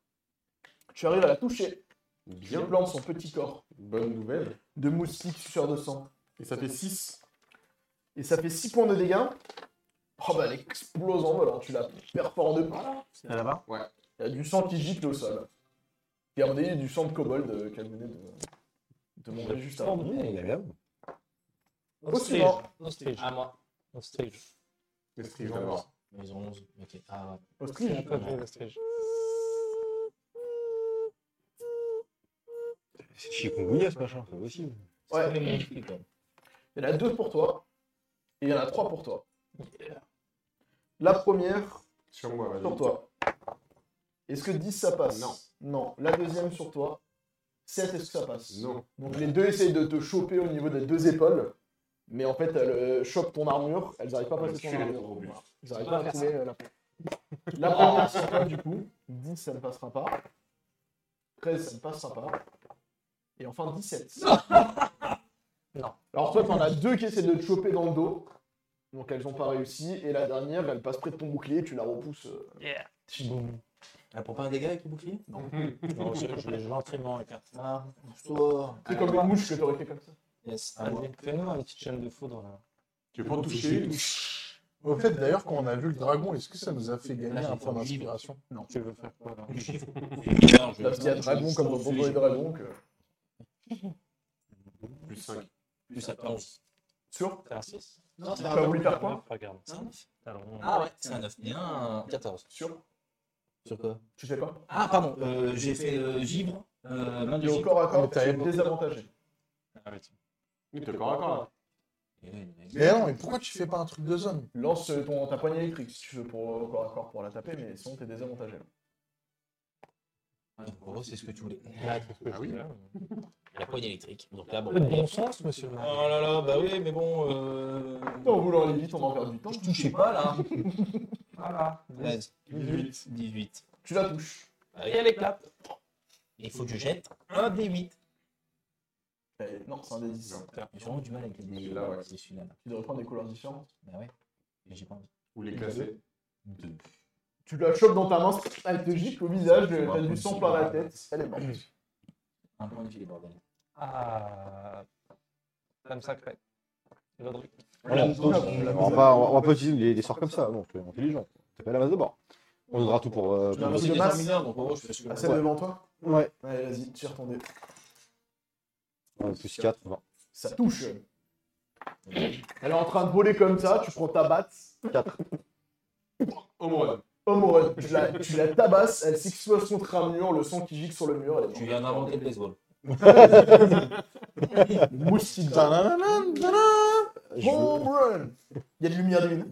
[SPEAKER 1] Tu arrives à la toucher. Il
[SPEAKER 5] Bien.
[SPEAKER 1] plante son petit corps
[SPEAKER 5] Bonne nouvelle.
[SPEAKER 1] de moustique suceur de sang.
[SPEAKER 5] Et ça fait six.
[SPEAKER 1] Et ça fait six points de dégâts. Oh bah elle explose en vol, hein. Tu la perfores en deux.
[SPEAKER 7] C'est là-bas.
[SPEAKER 1] Il y a du sang qui gicle au sol. Et à mon avis, il y a du sang de kobold euh, qu'elle venait de, de manger juste avant.
[SPEAKER 7] Il est bien.
[SPEAKER 1] Au suivant.
[SPEAKER 7] Ostrich.
[SPEAKER 3] À moi.
[SPEAKER 7] Ostrich.
[SPEAKER 5] Les striges d'abord.
[SPEAKER 3] Ils ont onze. Ok. Ah,
[SPEAKER 1] Au
[SPEAKER 7] J'ai
[SPEAKER 1] strige.
[SPEAKER 7] pas fait l'ostrich.
[SPEAKER 4] C'est chikungunya ce machin, c'est possible.
[SPEAKER 3] c'est
[SPEAKER 1] Ouais.
[SPEAKER 3] comme les monstres, quoi.
[SPEAKER 1] Il y en a deux pour toi. Et il y en a trois pour toi. La première,
[SPEAKER 5] Sur moi,
[SPEAKER 1] sur
[SPEAKER 5] vas-y.
[SPEAKER 1] toi. Est-ce que dix ça passe?
[SPEAKER 5] Non.
[SPEAKER 1] Non. La deuxième sur toi. sept, est-ce que ça passe?
[SPEAKER 5] Non.
[SPEAKER 1] Donc les deux essayent de te choper au niveau des deux épaules. Mais en fait, elles euh, chopent ton armure. Elles n'arrivent pas à
[SPEAKER 5] Elles
[SPEAKER 1] passer ton
[SPEAKER 5] tuent les
[SPEAKER 1] armure.
[SPEAKER 5] robusts.
[SPEAKER 1] Voilà. Ils n'arrivent pas à trouver euh, la peau. La première sur toi, du coup. dix, ça ne passera pas. treize, ça ne passera pas. Et enfin dix-sept.
[SPEAKER 7] Non.
[SPEAKER 1] Alors toi, tu en as deux qui essaient de te choper dans le dos. Donc elles n'ont pas réussi. Et la dernière, elle passe près de ton bouclier. Tu la repousses. euh,
[SPEAKER 7] Yeah.
[SPEAKER 1] boum.
[SPEAKER 3] Elle prend pas un dégât avec le bouclier?
[SPEAKER 7] Non, je, je l'ai gentiment écarté.
[SPEAKER 3] Ah, toi.
[SPEAKER 1] C'est comme une mouche que tu aurais fait comme ça.
[SPEAKER 3] Yes, à moi.
[SPEAKER 7] Allez, fais-nous une petite chaîne de foudre là.
[SPEAKER 5] Tu peux pas toucher.
[SPEAKER 2] Au fait, d'ailleurs, quand on a vu le dragon, est-ce que ça nous a fait
[SPEAKER 3] Là,
[SPEAKER 2] gagner
[SPEAKER 3] j'ai
[SPEAKER 2] un point
[SPEAKER 3] fait
[SPEAKER 2] d'inspiration?
[SPEAKER 7] Tu veux faire quoi là?
[SPEAKER 3] Non, je-
[SPEAKER 1] Parce qu'il y a dragon comme dans Donjons et Dragons. que-
[SPEAKER 5] Plus cinq.
[SPEAKER 3] Plus à onze.
[SPEAKER 1] Sûr?
[SPEAKER 7] C'est un six?
[SPEAKER 3] Non, c'est
[SPEAKER 1] Tu
[SPEAKER 3] un
[SPEAKER 1] as
[SPEAKER 3] neuf.
[SPEAKER 1] voulu faire quoi?
[SPEAKER 7] Regarde.
[SPEAKER 3] C'est un neuf.
[SPEAKER 7] Alors, on-
[SPEAKER 3] Ah ouais, c'est un neuf. Bien un quatorze.
[SPEAKER 1] Sûr?
[SPEAKER 3] Sur quoi?
[SPEAKER 1] Tu sais pas?
[SPEAKER 3] Ah, pardon, euh, j'ai fait euh, givre. Euh, main de
[SPEAKER 1] Et au
[SPEAKER 3] givre.
[SPEAKER 1] corps à corps,
[SPEAKER 2] Mais t'as
[SPEAKER 1] tu es
[SPEAKER 2] évoqué-
[SPEAKER 1] désavantagé.
[SPEAKER 7] Ah ouais, tiens.
[SPEAKER 5] Mais t'es corps à corps là.
[SPEAKER 3] Et ouais, mais-
[SPEAKER 2] Mais non, mais pourquoi tu fais pas un truc de zone?
[SPEAKER 1] Lance ton, ta poignée électrique si tu veux pour au corps à corps pour la taper, mais sinon t'es désavantagé.
[SPEAKER 3] Ouais, en gros, c'est ce que tu voulais.
[SPEAKER 7] Ah, c'est ce que
[SPEAKER 5] Ah
[SPEAKER 7] je
[SPEAKER 5] oui.
[SPEAKER 7] disais.
[SPEAKER 3] La poignée électrique. Donc là, bon.
[SPEAKER 7] Un peu de bon sens, monsieur le
[SPEAKER 3] Oh
[SPEAKER 7] maire.
[SPEAKER 3] là là, bah oui, mais bon. Euh...
[SPEAKER 1] En voulant aller vite, on en perd du temps.
[SPEAKER 3] Je touchais pas là.
[SPEAKER 7] Voilà.
[SPEAKER 3] treize.
[SPEAKER 1] dix-huit.
[SPEAKER 3] dix-huit.
[SPEAKER 1] Tu la touches.
[SPEAKER 3] Et elle éclate. Il faut que je jette un D huit.
[SPEAKER 1] Eh, non, c'est un des dix.
[SPEAKER 6] J'ai vraiment du mal avec les dés.
[SPEAKER 5] Celui-là, ouais.
[SPEAKER 6] C'est celui-là. là.
[SPEAKER 1] Tu devrais prendre des couleurs différentes.
[SPEAKER 6] Bah ouais. Et j'ai pas envie.
[SPEAKER 5] Ou les classer.
[SPEAKER 6] Deux.
[SPEAKER 1] Tu la chopes dans ta main, elle te gicle au visage,
[SPEAKER 6] C'est
[SPEAKER 1] t'as du
[SPEAKER 6] pas
[SPEAKER 1] sang
[SPEAKER 6] possible.
[SPEAKER 1] plein la tête, elle est morte.
[SPEAKER 6] Un point de vie, les bordel.
[SPEAKER 7] Ah. Dame sacrée. Rodrigue.
[SPEAKER 4] Voilà, on, on va pas, on va pas utiliser des, des sorts comme ça, non, c'est intelligent. C'est pas la base de bord. On donnera tout pour. Euh,
[SPEAKER 1] Tu
[SPEAKER 4] pour
[SPEAKER 1] l'as
[SPEAKER 4] le-
[SPEAKER 1] reçu
[SPEAKER 6] C'est
[SPEAKER 1] de
[SPEAKER 6] des
[SPEAKER 1] masse.
[SPEAKER 6] armes mineures, donc en gros, je fais ce que
[SPEAKER 1] Ah,
[SPEAKER 6] je
[SPEAKER 1] celle
[SPEAKER 6] veux.
[SPEAKER 1] devant toi.
[SPEAKER 4] Ouais.
[SPEAKER 1] Allez, vas-y, tire ton dé.
[SPEAKER 4] Ouais, plus quatre, vingt.
[SPEAKER 1] Ça touche. Elle est en train de voler comme ça, tu prends ta batte.
[SPEAKER 4] quatre.
[SPEAKER 5] Homerun.
[SPEAKER 1] Homerun, tu la, tu la tabasses, elle s'explose contre un mur, le sang qui gicle sur le mur, elle est
[SPEAKER 6] Tu viens d'inventer le baseball.
[SPEAKER 1] moustique.
[SPEAKER 2] Tadadadam, tadam.
[SPEAKER 4] Je veux-
[SPEAKER 1] Home run. Il y a de lumière d'une.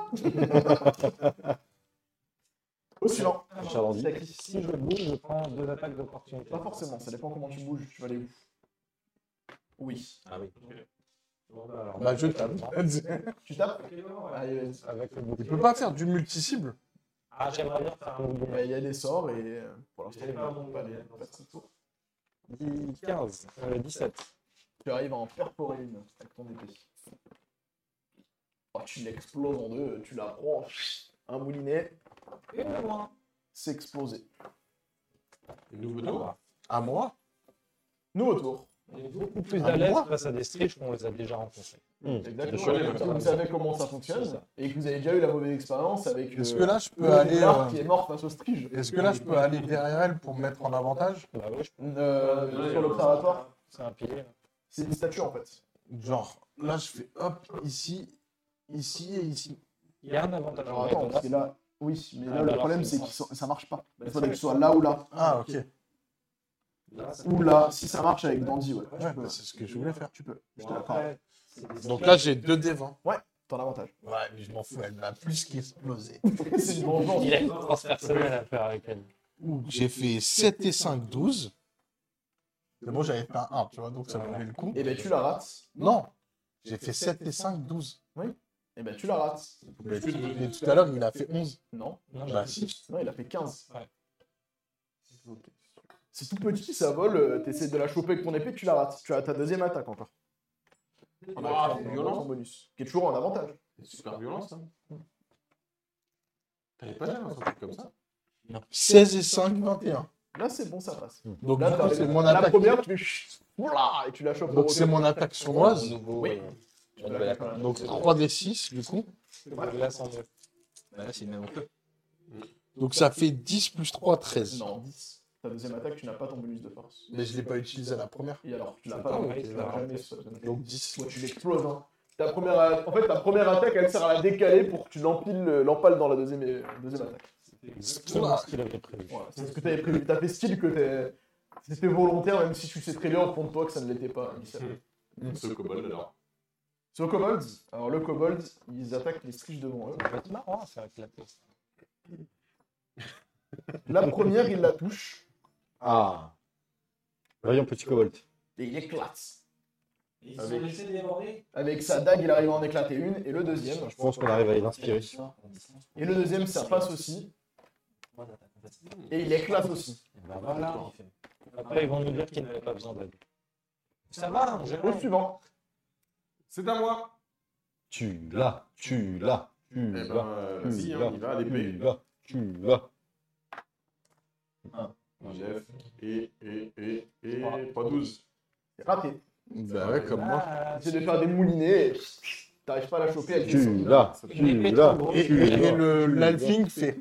[SPEAKER 1] Au suivant.
[SPEAKER 4] Charles
[SPEAKER 1] C'est qui
[SPEAKER 7] Si je bouge, je prends deux attaques d'opportunité.
[SPEAKER 1] Pas forcément, ça dépend comment tu bouges. Tu vas aller où? Oui.
[SPEAKER 6] Ah oui.
[SPEAKER 7] Bon, bah, alors,
[SPEAKER 2] Bah, je tape.
[SPEAKER 1] Tu tapes? Allez, vas-y.
[SPEAKER 7] Avec le
[SPEAKER 2] Il
[SPEAKER 7] bouclier.
[SPEAKER 2] peut pas faire du multi-cible.
[SPEAKER 7] Ah, j'aimerais bien faire un mouvement.
[SPEAKER 1] Il y a des sorts et euh, pour l'instant,
[SPEAKER 7] J'ai pas
[SPEAKER 1] il
[SPEAKER 7] mon
[SPEAKER 1] n'y pas
[SPEAKER 7] mouvement.
[SPEAKER 1] les- pas de tour.
[SPEAKER 7] dix, quinze, euh, dix-sept.
[SPEAKER 1] Tu arrives à en perforer une avec ton épée. Oh, tu l'exploses en deux, tu la prends, un moulinet,
[SPEAKER 7] Et moi.
[SPEAKER 1] c'est explosé.
[SPEAKER 5] Nouveau tour.
[SPEAKER 2] À moi.
[SPEAKER 1] Nouveau tour.
[SPEAKER 7] On est beaucoup plus
[SPEAKER 2] Ah,
[SPEAKER 7] à l'aise
[SPEAKER 2] moi
[SPEAKER 7] face à des striches qu'on les a déjà rencontrés.
[SPEAKER 1] Exactement.
[SPEAKER 5] connais,
[SPEAKER 1] Comme ça,
[SPEAKER 5] ouais.
[SPEAKER 1] vous savez comment ça fonctionne
[SPEAKER 7] C'est ça.
[SPEAKER 1] et que vous avez déjà eu la mauvaise expérience avec
[SPEAKER 2] Est-ce
[SPEAKER 1] euh,
[SPEAKER 2] que là, je peux
[SPEAKER 1] le
[SPEAKER 2] aller.
[SPEAKER 1] Léopard
[SPEAKER 2] euh,
[SPEAKER 1] qui est mort face au strige.
[SPEAKER 2] Est-ce que là, je peux aller derrière elle pour me mettre en avantage?
[SPEAKER 7] Bah ouais, je
[SPEAKER 1] Euh, sur l'observatoire,
[SPEAKER 7] c'est un pilier.
[SPEAKER 1] c'est une statue en fait.
[SPEAKER 2] Genre, là, je fais hop, ici, ici et ici.
[SPEAKER 7] Il y a un avantage.
[SPEAKER 1] Alors attends, parce que là, oui, mais là
[SPEAKER 7] Ah,
[SPEAKER 1] le
[SPEAKER 7] bah,
[SPEAKER 1] problème
[SPEAKER 7] alors,
[SPEAKER 1] c'est
[SPEAKER 7] c'est
[SPEAKER 1] que
[SPEAKER 7] ça.
[SPEAKER 1] ça marche pas.
[SPEAKER 7] Bah,
[SPEAKER 1] Il faudrait que
[SPEAKER 7] ça,
[SPEAKER 1] tu sois là ou là.
[SPEAKER 2] Ah, ok.
[SPEAKER 7] Là, ça-
[SPEAKER 1] Ou là, si ça marche avec Dandy, ouais.
[SPEAKER 2] Ouais,
[SPEAKER 1] tu peux.
[SPEAKER 2] bah, c'est ce que je voulais faire.
[SPEAKER 1] Tu peux. Je te
[SPEAKER 7] Bon,
[SPEAKER 1] l'accorde.
[SPEAKER 7] après, c'est des
[SPEAKER 2] Donc
[SPEAKER 7] striches.
[SPEAKER 2] là, j'ai deux D vingt.
[SPEAKER 1] T'en as avantage.
[SPEAKER 2] Ouais, mais je m'en fous, elle m'a plus qu'explosé.
[SPEAKER 1] C'est une vengeance.
[SPEAKER 7] Il y a une transpersonnelle à faire avec elle.
[SPEAKER 2] J'ai fait sept et cinq, douze. C'est bon, j'avais fait un un, tu vois, donc ça valait le coup.
[SPEAKER 1] Et ben tu la rates.
[SPEAKER 2] Non, j'ai fait sept et cinq, douze.
[SPEAKER 1] Et ben tu la rates.
[SPEAKER 2] Mais tu- mais tout à l'heure, il a fait onze.
[SPEAKER 1] Non,
[SPEAKER 7] Non,
[SPEAKER 2] Bah si.
[SPEAKER 1] non, il a fait quinze.
[SPEAKER 7] Ouais.
[SPEAKER 1] C'est tout petit, ça vole, euh, t'essaies de la choper avec ton épée, tu la rates. Tu as ta deuxième attaque encore. En
[SPEAKER 5] Ah,
[SPEAKER 1] action,
[SPEAKER 5] c'est
[SPEAKER 1] en
[SPEAKER 5] violent.
[SPEAKER 1] bonus. Qui est toujours en avantage.
[SPEAKER 5] C'est super violent ça. T'avais pas jamais un truc comme ça?
[SPEAKER 2] seize et cinq, vingt et un.
[SPEAKER 1] Là c'est bon, ça passe.
[SPEAKER 2] Donc
[SPEAKER 1] Là,
[SPEAKER 2] du coup,
[SPEAKER 1] t'as-
[SPEAKER 2] c'est mon
[SPEAKER 1] la
[SPEAKER 2] attaque.
[SPEAKER 1] première, tu fais chut, voilà, et tu la chopes. au
[SPEAKER 2] Donc c'est
[SPEAKER 1] retour.
[SPEAKER 2] mon attaque sournoise.
[SPEAKER 6] Nouveau,
[SPEAKER 1] Oui.
[SPEAKER 6] euh,
[SPEAKER 1] Tu la
[SPEAKER 6] nouvelle
[SPEAKER 1] chopes,
[SPEAKER 6] attaque.
[SPEAKER 1] là.
[SPEAKER 2] Donc trois d six, du coup.
[SPEAKER 7] Là, sans mieux.
[SPEAKER 6] Bah là, c'est le même peu.
[SPEAKER 2] Donc ça fait dix plus trois, treize.
[SPEAKER 1] Non, dix. Ta deuxième attaque, tu n'as pas ton bonus de force.
[SPEAKER 2] Mais je l'ai pas utilisé à la première.
[SPEAKER 1] Et alors, tu l'as
[SPEAKER 7] C'est
[SPEAKER 1] pas,
[SPEAKER 7] pas
[SPEAKER 1] donc
[SPEAKER 7] vrai,
[SPEAKER 1] tu
[SPEAKER 7] ça
[SPEAKER 1] l'as
[SPEAKER 7] va.
[SPEAKER 1] jamais sur ta deuxième attaque.
[SPEAKER 2] Donc dix.
[SPEAKER 1] Toi, tu l'exploses. Hein. Ta première, a- en fait, ta première attaque, elle sert à la décaler pour que tu l'empiles, euh, l'empales dans la deuxième, euh, deuxième attaque.
[SPEAKER 7] Exactement ce qu'il avait prévu.
[SPEAKER 1] Voilà, c'est ce que tu avais prévu. Tu as fait style que t'es- c'était volontaire, même si tu sais très bien au fond de toi que ça ne l'était pas. Michel.
[SPEAKER 5] Ce kobold alors.
[SPEAKER 1] Sur Kobold, alors le Kobold, ils attaquent les striches devant eux.
[SPEAKER 7] Ça va être marrant à faire avec la pièce.
[SPEAKER 1] La première, il la touche
[SPEAKER 4] Ah. Voyons, petit kobold.
[SPEAKER 1] et il éclate.
[SPEAKER 3] Ils se sont laissés déborder.
[SPEAKER 1] Avec sa dague, il arrive à en éclater une, et le deuxième.
[SPEAKER 4] Je pense qu'on arrive à l'inspirer.
[SPEAKER 1] Et le deuxième, ça passe aussi, et il éclate aussi.
[SPEAKER 7] Bah voilà. Après, ils vont nous dire qu'ils n'avaient pas besoin d'aide. Ça va, on gère.
[SPEAKER 1] Au suivant.
[SPEAKER 5] C'est à moi.
[SPEAKER 4] Tu l'as, tu l'as, tu
[SPEAKER 5] Eh ben,
[SPEAKER 4] l'as,
[SPEAKER 5] euh,
[SPEAKER 4] tu
[SPEAKER 5] si, hein,
[SPEAKER 4] l'as,
[SPEAKER 5] il va à
[SPEAKER 4] tu
[SPEAKER 5] l'épée.
[SPEAKER 4] l'as, tu l'as.
[SPEAKER 5] Jeff. Et, et, et, et. Pas douze.
[SPEAKER 1] C'est raté.
[SPEAKER 2] Bah ouais, comme moi.
[SPEAKER 7] Ah,
[SPEAKER 1] Essaie de faire des moulinets, et t'arrives pas à la choper, elle
[SPEAKER 4] Tu
[SPEAKER 1] descend.
[SPEAKER 4] l'as,
[SPEAKER 7] Une
[SPEAKER 4] tu
[SPEAKER 7] épée
[SPEAKER 4] l'as.
[SPEAKER 7] trop grosse.
[SPEAKER 2] Et,
[SPEAKER 4] tu
[SPEAKER 2] et-
[SPEAKER 4] l'as,
[SPEAKER 2] et le
[SPEAKER 4] tu
[SPEAKER 2] l'alfling fait.